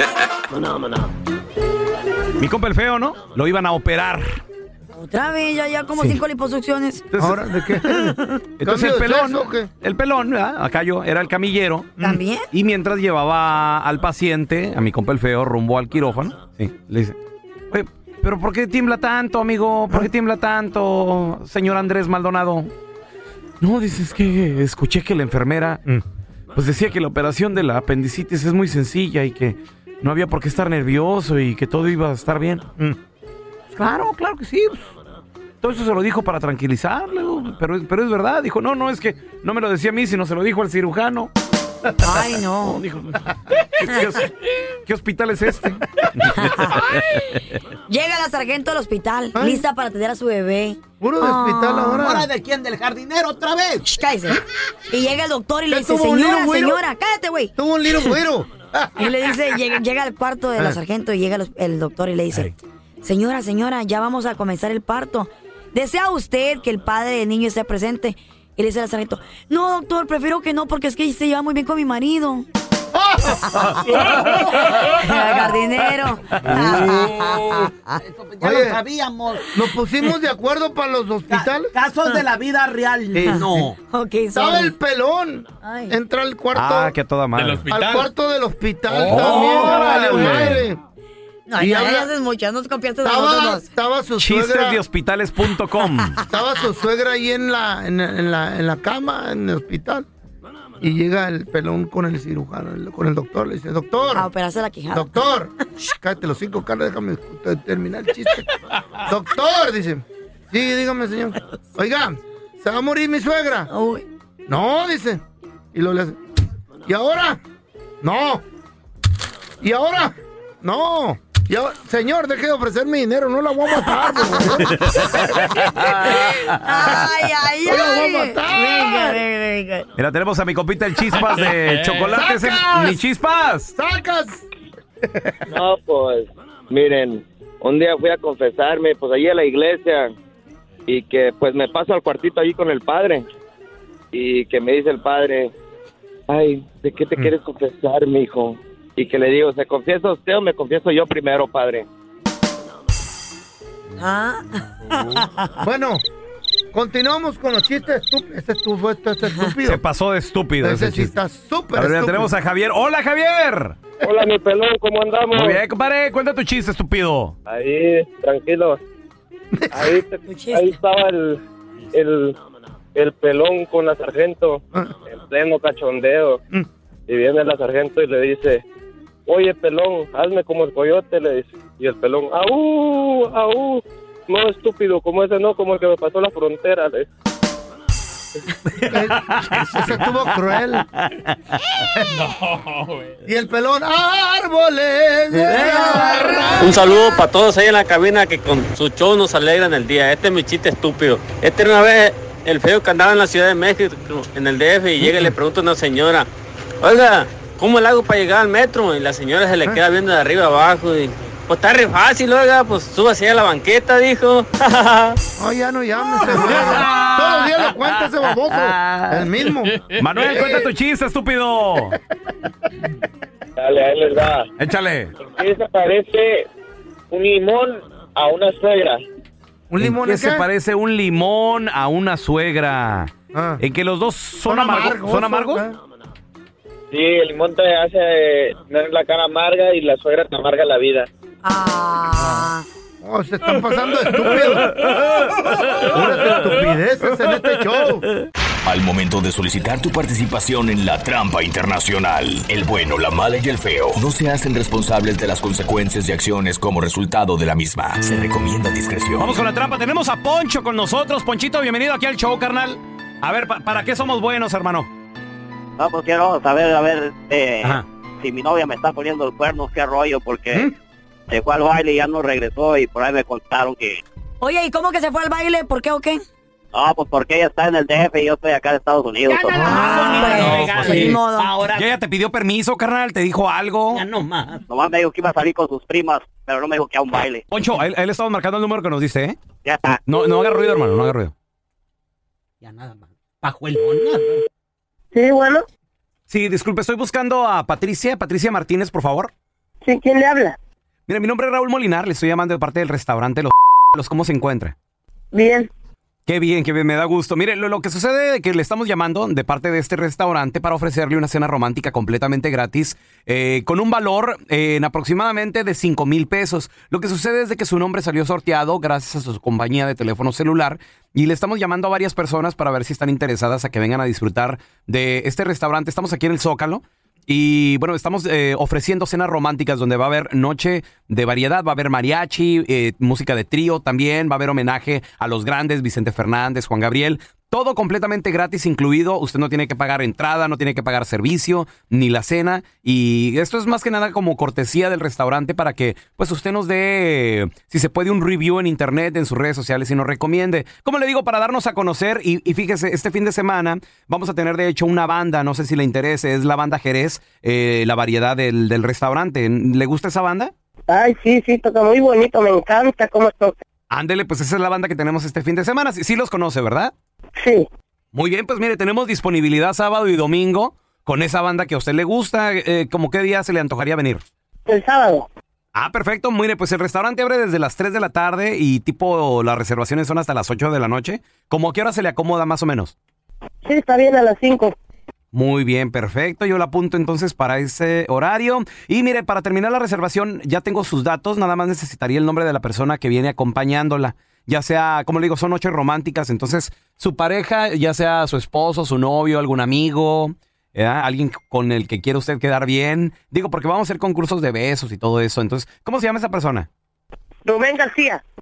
Mi compa el feo, ¿no? Lo iban a operar.
Otra vez, ya, ya como
Sí.
cinco liposucciones.
¿Ahora de qué?
Entonces el
¿Cambio de
pelón,
sexo o qué?
el pelón, ¿verdad? Acá yo era el camillero.
¿También?
Y mientras llevaba al paciente, a mi compa el feo, rumbo al quirófano, sí, le dice, oye, pero ¿por qué tiembla tanto, amigo? ¿Por qué tiembla tanto, señor Andrés Maldonado? No, dice, es que escuché que la enfermera, pues decía que la operación de la apendicitis es muy sencilla y que no había por qué estar nervioso y que todo iba a estar bien. Claro, claro que sí. Pues, todo eso se lo dijo para tranquilizarle, pero, pero es verdad. Dijo, no, no, es que no me lo decía a mí, sino se lo dijo al cirujano.
Ay, no.
No, dijo, ¿qué, qué- qué hospital es este?
Llega la sargento al hospital,
Ay.
lista para atender a su bebé.
Puro de hospital ahora.
¿de quién? ¿Del jardinero otra vez?
Shh, cállese. Y llega el doctor y le
¿Ya
dice,
tuvo un
señora,
little güiro?
señora, cállate, güey.
Tuvo un little güiro.
Y le dice, llega, llega al cuarto de la
Ah.
sargento y llega los- el doctor y le dice, señora, señora, ya vamos a comenzar el parto. ¿Desea usted que el padre del niño esté presente? Y le dice al sargento, no, doctor, prefiero que no, porque es que se lleva muy bien con mi marido. Jardinero.
Eso, pues, ya
Oye.
lo sabíamos.
Nos pusimos de acuerdo para los hospitales.
Casos de la vida real. No.
Ok,
Estaba
sorry.
el pelón.
Ay.
Entra al cuarto.
Ah, que a toda madre.
Al cuarto del hospital
Oh,
también.
órale.
Vale, madre.
No,
Y
ya,
habla-
ya haces mucho, no te confiaste de nosotros
Estaba,
dos.
estaba su
Chistes
suegra.
de hospitales punto com.
Estaba su suegra ahí en la, en, en la, en la cama, en el hospital. Y llega el pelón con el cirujano, el- con el doctor. Le dice, doctor,
A operarse la quijada.
doctor. Shh, cállate los cinco caras, déjame te- terminar el chiste. Doctor, dice. Sí, dígame, señor. Oiga, ¿se va a morir mi suegra?
Uy.
No, dice. Y luego le hace, ¿y ahora? No. ¿Y ahora? No. Y ahora, señor, deje de ofrecerme dinero, no la voy a matar, por favor.
Ay, ay,
¡No la voy a
ay.
matar!
Venga, venga, venga.
Mira, tenemos a mi compita el Chispas de chocolate.
¡Sacas!
¡Mi Chispas!
¡Sacas!
No, pues, miren, un día fui a confesarme, pues, allí a la iglesia, y que, pues, me paso al cuartito allí con el padre, y que me dice el padre, ay, ¿de qué te
Mm.
quieres confesar, mijo? Y que le digo, ¿se confiesa usted o me confieso yo primero, padre?
Ah.
Bueno, continuamos con los chistes estúpidos. Este estuvo, este, este estúpido.
Se pasó de estúpido
Ese
ese
sí
chiste.
está súper
A ver, ya
estúpido.
tenemos a Javier. ¡Hola, Javier!
Hola, mi pelón, ¿cómo andamos?
Muy bien, compadre. Cuenta tu chiste, estúpido.
Ahí, tranquilo. Ahí, te- ahí estaba el, el, el pelón con la sargento en pleno cachondeo. Y viene la sargento y le dice, oye, pelón, hazme como el coyote, le dice. Y el pelón, aú, aú. No, estúpido, como ese no, como el que me pasó la frontera, le dice.
Ese estuvo cruel.
No, güey.
Y el pelón, árboles de agarrar.
Un saludo para todos ahí en la cabina que con su show nos alegran el día. Este es mi chiste estúpido. Este era una vez el feo que andaba en la Ciudad de México, en el D F, y llega y le pregunta a una señora, oiga, ¿cómo le hago para llegar al metro? Y la señora se le queda viendo de arriba abajo y, pues está re fácil, oiga, pues súbase a la banqueta, dijo.
Oh, ya no llames, ese güey. Todos los días le cuenta ese baboso. El mismo.
Manuel, cuenta tu chiste, estúpido.
Dale, ahí les va.
Échale.
¿Qué se parece un limón a una suegra?
¿Un
¿En qué se parece un limón a una suegra? En que los dos son,
Son
amargos.
amargos,
¿Son amargos?
Sí, el limón te hace tener la cara amarga y la suegra te amarga la vida.
Ah.
Oh, se están pasando de estúpidos. Puras estupideces en este show.
Al momento de solicitar tu participación en la trampa internacional, el bueno, la mala y el feo no se hacen responsables de las consecuencias y acciones como resultado de la misma. Se recomienda discreción.
Vamos con la trampa. Tenemos a Poncho con nosotros. Ponchito, bienvenido aquí al show, carnal. A ver, ¿pa- ¿para qué somos buenos, hermano?
No, pues quiero saber, a ver, eh, si mi novia me está poniendo el cuerno, qué rollo, porque se fue al baile y ya no regresó y por ahí me contaron que...
Oye, ¿y cómo que se fue al baile? ¿Por qué o qué?
No, pues porque ella está en el D F y yo estoy acá en Estados Unidos.
Ah, pues, sí. ¿Ya ella te pidió permiso, carnal? ¿Te dijo algo?
Ya no más. Nomás me dijo que iba a salir con sus primas, pero no me dijo que a un baile.
Poncho, él, él estaba marcando el número que nos diste, ¿eh?
Ya está.
No, no haga ruido, hermano, no haga ruido.
Ya nada más. Bajo el nada.
Sí, bueno.
Sí, disculpe, estoy buscando a Patricia. Patricia Martínez, por favor.
Sí, ¿quién le habla?
Mira, mi nombre es Raúl Molinar, le estoy llamando de parte del restaurante Los... Los ¿Cómo se encuentra?
Bien.
Qué bien, qué bien, me da gusto. Mire, lo, lo que sucede es que le estamos llamando de parte de este restaurante para ofrecerle una cena romántica completamente gratis eh, con un valor eh, en aproximadamente de cinco mil pesos. Lo que sucede es de que su nombre salió sorteado gracias a su compañía de teléfono celular y le estamos llamando a varias personas para ver si están interesadas a que vengan a disfrutar de este restaurante. Estamos aquí en el Zócalo. Y bueno, estamos eh, ofreciendo cenas románticas donde va a haber noche de variedad, va a haber mariachi, eh, música de trío también, va a haber homenaje a los grandes, Vicente Fernández, Juan Gabriel. Todo completamente gratis incluido, usted no tiene que pagar entrada, no tiene que pagar servicio, ni la cena. Y esto es más que nada como cortesía del restaurante para que pues usted nos dé, si se puede, un review en internet, en sus redes sociales y nos recomiende. Como le digo, para darnos a conocer y, y fíjese, este fin de semana vamos a tener de hecho una banda, no sé si le interese, es la banda Jerez, eh, la variedad del, del restaurante. ¿Le gusta esa banda?
Ay, sí, sí, toca muy bonito, me encanta cómo toca.
Ándele, pues esa es la banda que tenemos este fin de semana. Sí, sí los conoce, ¿verdad?
Sí.
Muy bien, pues mire, tenemos disponibilidad sábado y domingo con esa banda que a usted le gusta. Eh, ¿Cómo qué día se le antojaría venir?
El sábado.
Ah, perfecto. Mire, pues el restaurante abre desde las tres de la tarde y tipo las reservaciones son hasta las ocho de la noche. ¿Cómo a qué hora se le acomoda más o menos?
Sí, está bien, a las cinco.
Muy bien, perfecto. Yo la apunto entonces para ese horario. Y mire, para terminar la reservación ya tengo sus datos. Nada más necesitaría el nombre de la persona que viene acompañándola. Ya sea, como le digo, son noches románticas. Entonces, su pareja, ya sea su esposo, su novio, algún amigo, ¿eh? Alguien con el que quiera usted quedar bien. Digo, porque vamos a hacer concursos de besos y todo eso. Entonces, ¿cómo se llama esa persona?
Rubén García.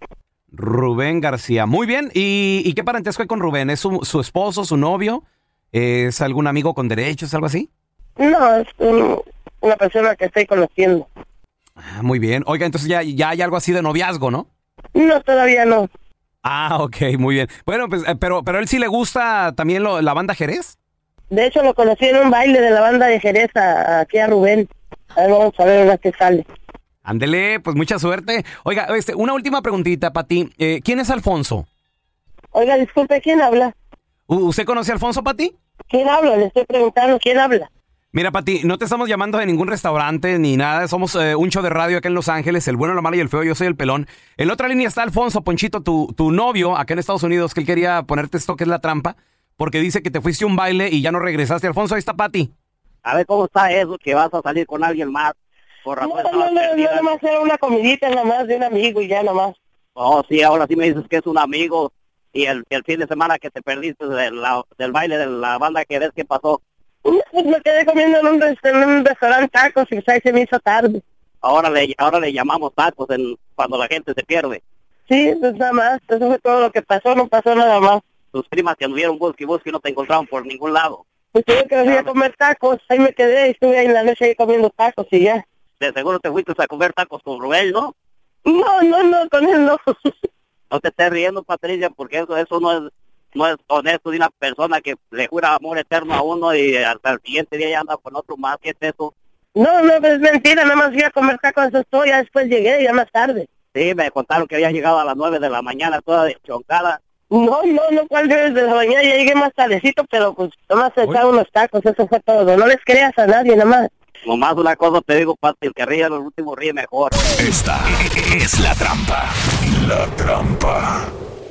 Rubén García. Muy bien. ¿Y, y qué parentesco hay con Rubén? ¿Es su, su esposo, su novio? ¿Es algún amigo con derechos, algo así?
No, es un- una persona que estoy conociendo.
Ah, muy bien. Oiga, entonces ya, ya hay algo así de noviazgo, ¿no?
No, todavía no.
Ah, ok, muy bien. Bueno, pues, eh, pero, pero a él sí le gusta también lo- la banda Jerez.
De hecho, lo conocí en un baile de la banda de Jerez a- aquí a Rubén. A ver, vamos a ver una que sale.
Ándele, pues mucha suerte. Oiga, este, una última preguntita para ti. Eh, ¿Quién es Alfonso?
Oiga, disculpe, ¿quién habla?
¿U- ¿Usted conoce a Alfonso, Pati?
¿Quién habla? Le estoy preguntando, ¿quién habla?
Mira, Pati, no te estamos llamando de ningún restaurante ni nada. Somos eh, un show de radio acá en Los Ángeles, El Bueno, la Mala y el Feo. Yo soy el Pelón. En la otra línea está Alfonso, Ponchito, tu, tu novio acá en Estados Unidos, que él quería ponerte esto que es la trampa, porque dice que te fuiste a un baile y ya no regresaste. Alfonso, ahí está Pati.
A ver cómo está eso, que vas a salir con alguien más. Por razón
No, no, no, no, nada más era una comidita nada más de un amigo y ya nada más.
Oh, sí, ahora sí me dices que es un amigo. Y el, el fin de semana que te perdiste del, la- del baile de la banda que ves, ¿qué pasó?
Pues me quedé comiendo en un, res- en un restaurante tacos y pues ahí se me hizo tarde.
Ahora le, ahora le llamamos tacos en, cuando la gente se pierde.
Sí, pues nada más, eso fue todo lo que pasó, no pasó nada más.
Tus primas que anduvieron busque y busque y no te encontraron por ningún lado.
Pues tuve que ir a comer tacos, ahí me quedé y estuve ahí en la noche ahí comiendo tacos y ya.
De seguro te fuiste a comer tacos con Rubén, ¿no?
No, no, no, con él no.
No te estés riendo, Patricia, porque eso, eso no es no es honesto de una persona que le jura amor eterno a uno y hasta el siguiente día ya anda con otro más. ¿Qué es eso?
No, no, es mentira, nada más fui a comer tacos, eso es todo, ya después llegué, ya más tarde.
Sí, me contaron que había llegado a las nueve de la mañana toda deschoncada.
No, no, no, cuál desde la mañana, ya llegué más tardecito, pero pues nomás echaba unos tacos, eso fue todo. No les creas a nadie, nada más.
Nomás una cosa te digo, Pati, el que ríe al último ríe mejor.
Esta es la trampa. La trampa.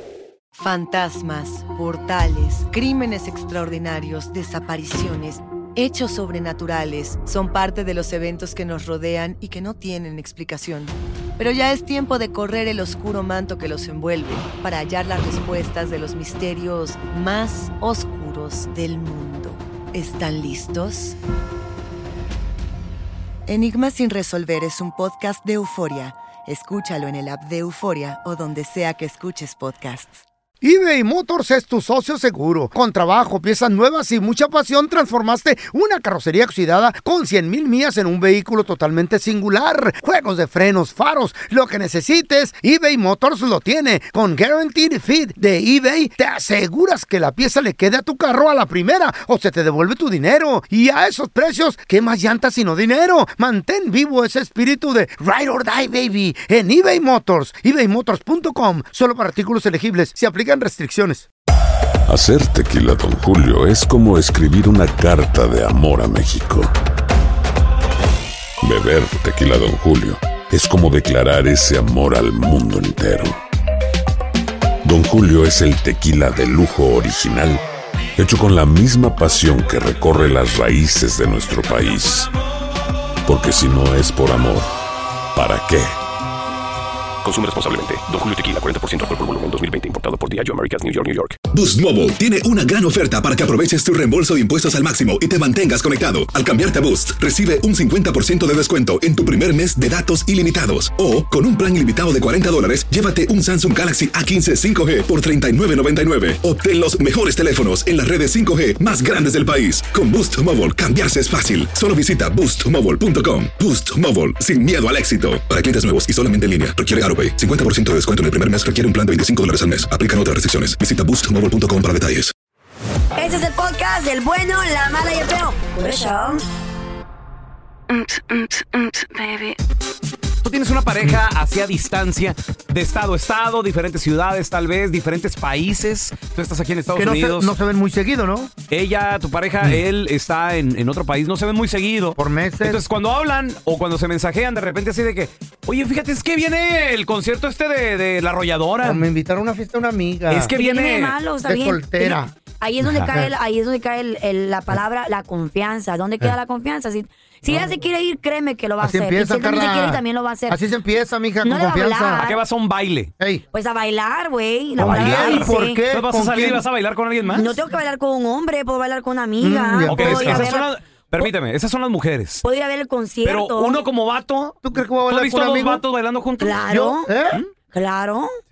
Fantasmas, portales, crímenes extraordinarios, desapariciones, hechos sobrenaturales son parte de los eventos que nos rodean y que no tienen explicación. Pero ya es tiempo de correr el oscuro manto que los envuelve para hallar las respuestas de los misterios más oscuros del mundo. ¿Están listos? Enigma sin resolver es un podcast de Euforia. Escúchalo en el app de Euforia o donde sea que escuches podcasts.
eBay Motors es tu socio seguro. Con trabajo, piezas nuevas y mucha pasión, transformaste una carrocería oxidada con cien mil millas en un vehículo totalmente singular. Juegos de frenos, faros, lo que necesites, eBay Motors lo tiene. Con Guaranteed Fit de eBay, te aseguras que la pieza le quede a tu carro a la primera o se te devuelve tu dinero. Y a esos precios, ¿qué más llantas sino dinero? Mantén vivo ese espíritu de Ride or Die, baby, en eBay Motors. ebay motors punto com. Solo para artículos elegibles. Se aplican restricciones.
Hacer tequila Don Julio es como escribir una carta de amor a México. Beber tequila Don Julio es como declarar ese amor al mundo entero. Don Julio es el tequila de lujo original, hecho con la misma pasión que recorre las raíces de nuestro país. Porque si no es por amor, ¿para qué?
Consume responsablemente. Don Julio Tequila, cuarenta por ciento alcohol por volumen, dos mil veinte. Importado por Diageo Americas, New York, New York.
Boost Mobile tiene una gran oferta para que aproveches tu reembolso de impuestos al máximo y te mantengas conectado. Al cambiarte a Boost, recibe un cincuenta por ciento de descuento en tu primer mes de datos ilimitados. O, con un plan ilimitado de cuarenta dólares, llévate un Samsung Galaxy A quince cinco G por treinta y nueve noventa y nueve. Obtén los mejores teléfonos en las redes cinco G más grandes del país. Con Boost Mobile, cambiarse es fácil. Solo visita boost mobile punto com. Boost Mobile, sin miedo al éxito. Para clientes nuevos y solamente en línea, requiere AutoPay. cincuenta por ciento de descuento en el primer mes requiere un plan de veinticinco dólares al mes. Aplican otras restricciones. Visita boost mobile punto com para detalles.
Este es el podcast del bueno, la mala y el feo. Por eso.
Baby. Tú tienes una pareja hacia distancia, de estado a estado, diferentes ciudades tal vez, diferentes países. Tú estás aquí en Estados
que no
Unidos.
Se, no se ven muy seguido, ¿no?
Ella, tu pareja, mm. él está en, en otro país, no se ven muy seguido.
Por meses.
Entonces cuando hablan o cuando se mensajean de repente así de que, oye, fíjate, es que viene el concierto este de, de La Arrolladora.
O me invitaron a una fiesta a una amiga.
Es que viene
de, malo, está
de
bien.
soltera.
Ahí es donde cae, el, ahí es donde cae el, el, la palabra, la confianza. ¿Dónde queda la confianza? Si, si ella se quiere ir, créeme que lo va
Así
a hacer.
Empieza,
y si él también
Carla.
se quiere ir, también lo va a hacer.
Así se empieza, mija,
no
con confianza.
¿A qué vas a un baile?
Hey.
Pues a bailar, güey.
¿A bailar? ¿Por qué?
¿No vas a salir y vas a bailar con alguien más?
No tengo que bailar con un hombre, puedo bailar con una amiga.
Mm, okay,
puedo ir a
esas
ver
son
la-
las- permíteme, esas son las mujeres.
puedo ir a ver el concierto.
Pero uno como vato,
¿tú crees que voy a
¿tú has
bailar
visto
con
a dos
amigo?
vatos bailando juntos?
Claro.
¿Yo? ¿Eh?
Claro.
Sí.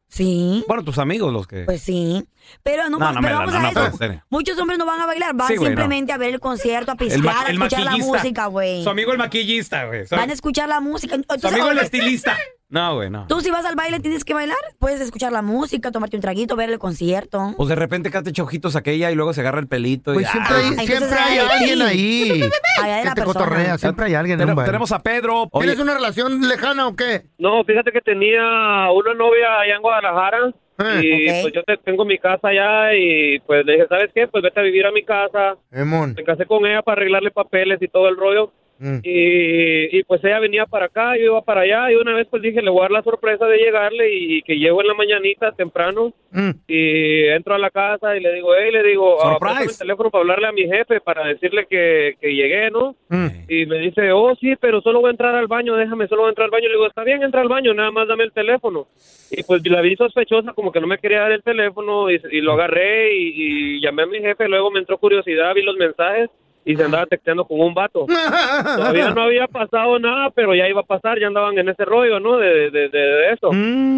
Sí.
Bueno, tus amigos los que...
Pues sí. Pero no,
No, no,
pero
me-
vamos
no,
a
no,
eso.
en serio.
Muchos hombres no van a bailar, van
Sí, güey,
simplemente a ver el concierto, a
El,
piscar,
ma-
a
el
escuchar la
maquillista.
música, güey.
Su amigo el maquillista, güey. Su,
Van a escuchar la música.
su
Entonces,
amigo el
oye,
estilista. No, güey, no.
Tú si vas al baile tienes que bailar, puedes escuchar la música, tomarte un traguito, ver el concierto.
Pues de repente cate ojitos aquella y luego se agarra el pelito.
Pues
y,
siempre hay,
ah,
siempre hay alguien ahí
Allá de
que
la
te
persona.
cotorrea. Siempre hay alguien en
Ten-
un baile.
tenemos a Pedro. Oye,
¿Tienes una relación lejana o qué?
No, fíjate que tenía una novia allá en Guadalajara
Eh.
y
Ok.
pues yo te- tengo mi casa allá y pues le dije, ¿sabes qué? Pues vete a vivir a mi casa.
Emón.
Me casé con ella para arreglarle papeles y todo el rollo.
Mm.
Y, y pues ella venía para acá, yo iba para allá y una vez pues dije, le voy a dar la sorpresa de llegarle y que llego en la mañanita temprano
Mm.
y entro a la casa y le digo, hey, le digo, ah,
Surprise.
préstame el teléfono para hablarle a mi jefe para decirle que, que llegué, ¿no?
Mm.
Y me dice, oh, sí, pero solo voy a entrar al baño, déjame, solo voy a entrar al baño. Le digo, está bien, entra al baño, nada más dame el teléfono. Y pues la vi sospechosa, como que no me quería dar el teléfono y, y lo agarré y, y llamé a mi jefe. Luego me entró curiosidad, vi los mensajes y se andaba texteando con un vato. Todavía no había pasado nada, pero ya iba a pasar, ya andaban en ese rollo, ¿no? De, de, de, de eso.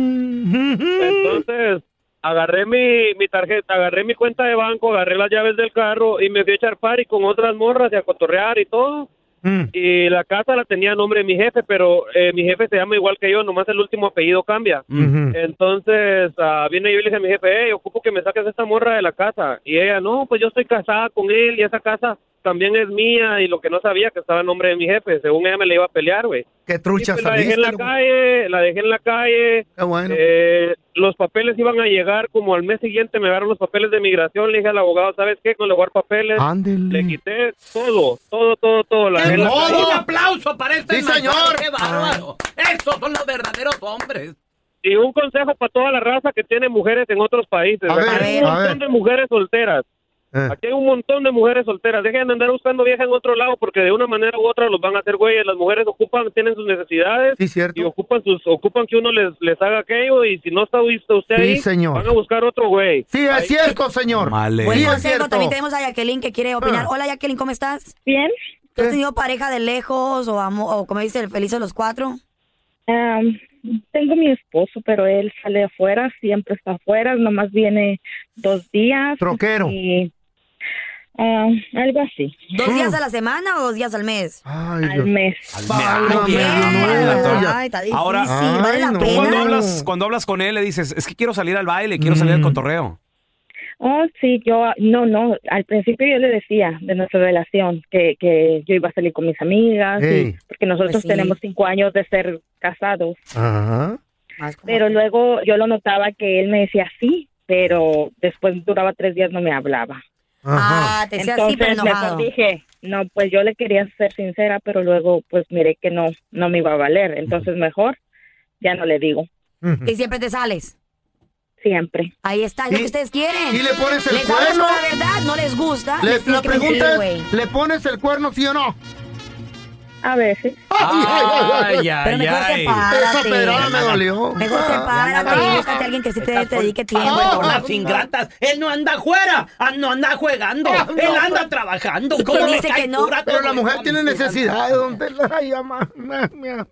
Entonces, agarré mi, mi tarjeta, agarré mi cuenta de banco, agarré las llaves del carro y me fui a echar party con otras morras y a cotorrear y todo.
Mm.
Y la casa la tenía a nombre de mi jefe, pero eh, mi jefe se llama igual que yo, nomás el último apellido cambia.
Ujú.
Entonces, ah, viene yo y le dije a mi jefe, hey, ocupo que me saques esta morra de la casa. Y ella, no, pues yo estoy casada con él y esa casa también es mía, y lo que no sabía que estaba en nombre de mi jefe. Según ella me la iba a pelear, güey.
Qué trucha
Y pues la dejé
saliste.
en la
loco.
calle, la dejé en la calle.
Qué bueno.
Eh, los papeles iban a llegar como al mes siguiente, me agarraron los papeles de migración, le dije al abogado, ¿sabes qué? No le voy a dar papeles.
Ándele.
Le quité todo, todo, todo, todo. La dejé en la
¡Todo!
calle.
Un aplauso para este
Sí,
mensaje,
señor.
¡Qué bárbaro! Esos son los verdaderos hombres.
Y un consejo para toda la raza que tiene mujeres en otros países.
A
Aquí
ver,
hay un
a
montón
ver.
de mujeres solteras.
Eh.
Aquí hay un montón de mujeres solteras. Dejen de andar buscando vieja en otro lado porque de una manera u otra los van a hacer güeyes. Las mujeres ocupan, tienen sus necesidades
Sí, cierto.
y ocupan sus, ocupan que uno les, les haga aquello, y si no está visto usted
Sí,
ahí,
señor.
van a buscar otro güey.
Sí, es
Ahí-
cierto, señor.
Vale.
Buen
Sí, es
consejo.
cierto.
También tenemos a Jacqueline que quiere opinar.
Ah.
Hola, Jacqueline, ¿cómo estás?
Bien.
¿Tú has tenido pareja de lejos o, amo- o como dice, el feliz de los cuatro?
Am, tengo mi esposo, pero él sale afuera, siempre está afuera, nomás viene dos días.
Troquero.
Y, ah, algo así,
¿Dos días a la semana o dos días al mes?
Ay,
al
Dios.
mes.
Válgame,
Bien.
Dios mío.
Ay, está difícil,
Ahora-
vale la
Ay, no.
Tú cuando
pena.
hablas, cuando hablas con él le dices, es que quiero salir al baile, quiero salir al
Mm.
cotorreo.
Oh, sí, yo, no, no, al principio yo le decía de nuestra relación que, que yo iba a salir con mis amigas, y-
Ey.
porque nosotros
Pues sí.
tenemos cinco años de ser casados,
Ajá.
Más como-
pero luego yo lo notaba que él me decía sí, pero después duraba tres días no me hablaba.
Ajá.
Ah, te decía así, pero
Entonces
enojado.
mejor dije, no, pues yo le quería ser sincera, pero luego pues miré que no, no me iba a valer, entonces mejor ya no le digo,
Ujú.
Y siempre te sales.
siempre.
Ahí está, es lo
Sí.
que ustedes quieren.
¿Y le pones el
Les hablas
cuerno?
con la verdad, no les gusta.
Le-
les tienes
la
que mentir,
pregunta
güey.
es, ¿le pones el cuerno sí o no?
A veces.
Ay,
Pero
ay,
mejor
ay.
Esa
sepárate.
pedrada me dolió.
Mejor sepárate y búscate a alguien que sí te, te dedique tiempo.
Bueno, por las ingratas. Él no anda afuera, ah, no anda jugando. Él anda trabajando.
¿Y
¿Cómo
quién
le
dice
cae
que no?
cura
Pero
todo
la mujer
eso?
tiene necesidades, don Tela. Ay, ama- ma- mira.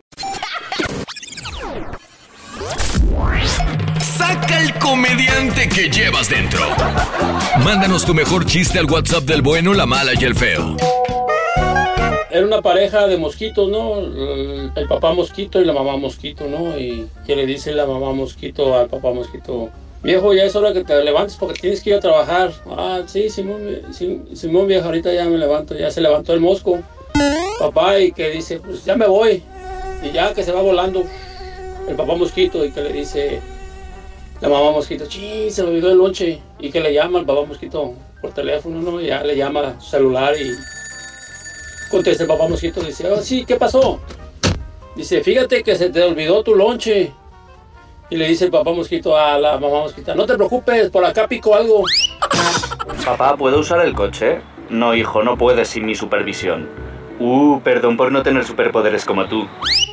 Saca el comediante que llevas dentro. Mándanos tu mejor chiste al WhatsApp del bueno, la mala y el feo.
Era una pareja de mosquitos, ¿no? El, el papá mosquito y la mamá mosquito, ¿no? Y que le dice la mamá mosquito al papá mosquito: viejo, ya es hora que te levantes porque tienes que ir a trabajar. Ah, sí, Simón, sí, Simón viejo, ahorita ya me levanto. Ya se levantó el mosco, papá, y que dice, pues ya me voy. Y ya que se va volando el papá mosquito, y que le dice la mamá mosquito: sí, se me olvidó el lonche. Y que le llama al papá mosquito por teléfono, ¿no? Y ya le llama a su celular y contesta el papá mosquito, dice: oh, sí, ¿qué pasó? Dice: fíjate que se te olvidó tu lonche. Y le dice el papá mosquito a la mamá mosquita: no te preocupes, por acá pico algo.
Papá, ¿puedo usar el coche? No, hijo, no puedes sin mi supervisión. Uh, perdón por no tener superpoderes como tú.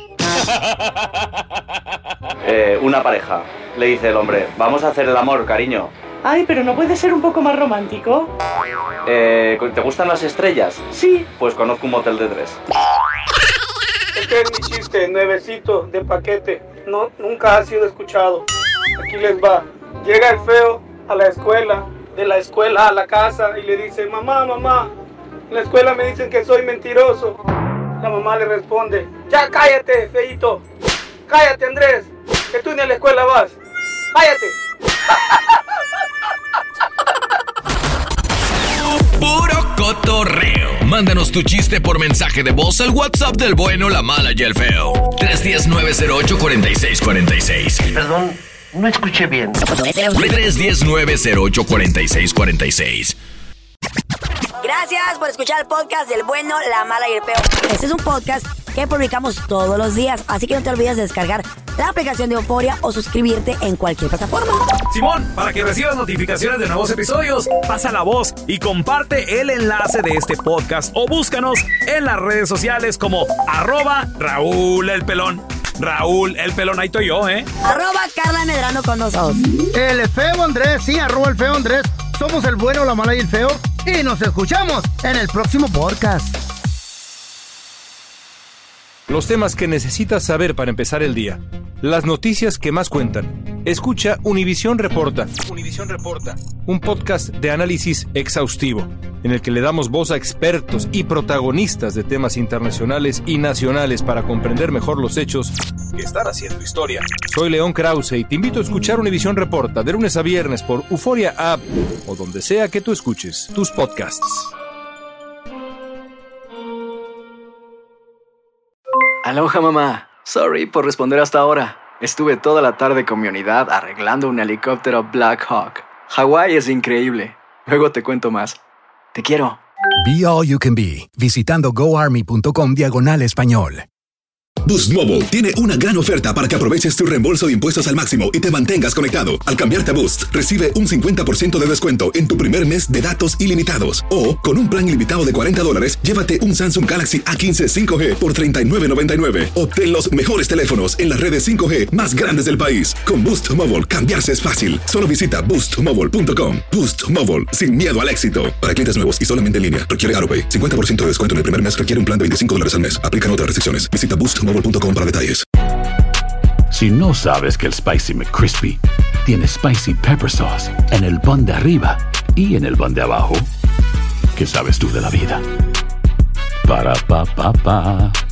Eh, una pareja. Le dice el hombre: vamos a hacer el amor, cariño.
Ay, pero ¿no puede ser un poco más romántico?
Eh, ¿te gustan las estrellas? Sí. Pues conozco un motel de tres.
Este es mi chiste, nuevecito, de paquete. No, nunca ha sido escuchado.
Aquí les va. Llega el feo a la escuela, de la escuela a la casa y le dice, mamá, mamá, en la escuela me dicen que soy mentiroso. La mamá le responde, ya cállate, feíto. Cállate, Andrés, que tú ni a la escuela vas. Cállate.
Puro cotorreo. Mándanos tu chiste por mensaje de voz al WhatsApp del bueno, la mala y el feo. tres uno cero, nueve cero ocho, cuatro seis cuatro seis.
Perdón, no escuché bien.
tres uno cero, nueve cero ocho, cuatro seis cuatro seis.
Gracias por escuchar el podcast del bueno, la mala y el feo. Este es un podcast que publicamos todos los días, así que no te olvides de descargar la aplicación de Euforia o suscribirte en cualquier plataforma.
Simón, para que recibas notificaciones de nuevos episodios, pasa la voz y comparte el enlace de este podcast o búscanos en las redes sociales como arroba Raúl el Pelón. Raúl el Pelón, ahí estoy yo, ¿eh?
Arroba Carla Medrano con nosotros.
El feo Andrés, sí, arroba el feo Andrés. Somos el bueno, la mala y el feo. Y nos escuchamos en el próximo podcast.
Los temas que necesitas saber para empezar el día. Las noticias que más cuentan. Escucha Univisión Reporta. Univisión Reporta. Un podcast de análisis exhaustivo, en el que le damos voz a expertos y protagonistas de temas internacionales y nacionales para comprender mejor los hechos que están haciendo historia. Soy León Krause y te invito a escuchar Univisión Reporta de lunes a viernes por Euforia App o donde sea que tú escuches tus podcasts.
Aloha, mamá. Sorry por responder hasta ahora. Estuve toda la tarde con mi unidad arreglando un helicóptero Black Hawk. Hawái es increíble. Luego te cuento más. Te quiero.
Be All You Can Be, visitando goarmy.com diagonal español.
Boost Mobile tiene una gran oferta para que aproveches tu reembolso de impuestos al máximo y te mantengas conectado. Al cambiarte a Boost, recibe un cincuenta por ciento de descuento en tu primer mes de datos ilimitados. O, con un plan ilimitado de cuarenta dólares, llévate un Samsung Galaxy A quince cinco G por treinta y nueve noventa y nueve. Obtén los mejores teléfonos en las redes cinco G más grandes del país. Con Boost Mobile, cambiarse es fácil. Solo visita boost mobile punto com. Boost Mobile, sin miedo al éxito. Para clientes nuevos y solamente en línea, requiere AutoPay. cincuenta por ciento de descuento en el primer mes requiere un plan de veinticinco dólares al mes. Aplican otras restricciones. Visita boost mobile punto com para detalles.
Si no sabes que el Spicy McCrispy tiene Spicy Pepper Sauce en el pan de arriba y en el pan de abajo, ¿qué sabes tú de la vida? Para, pa, pa, pa.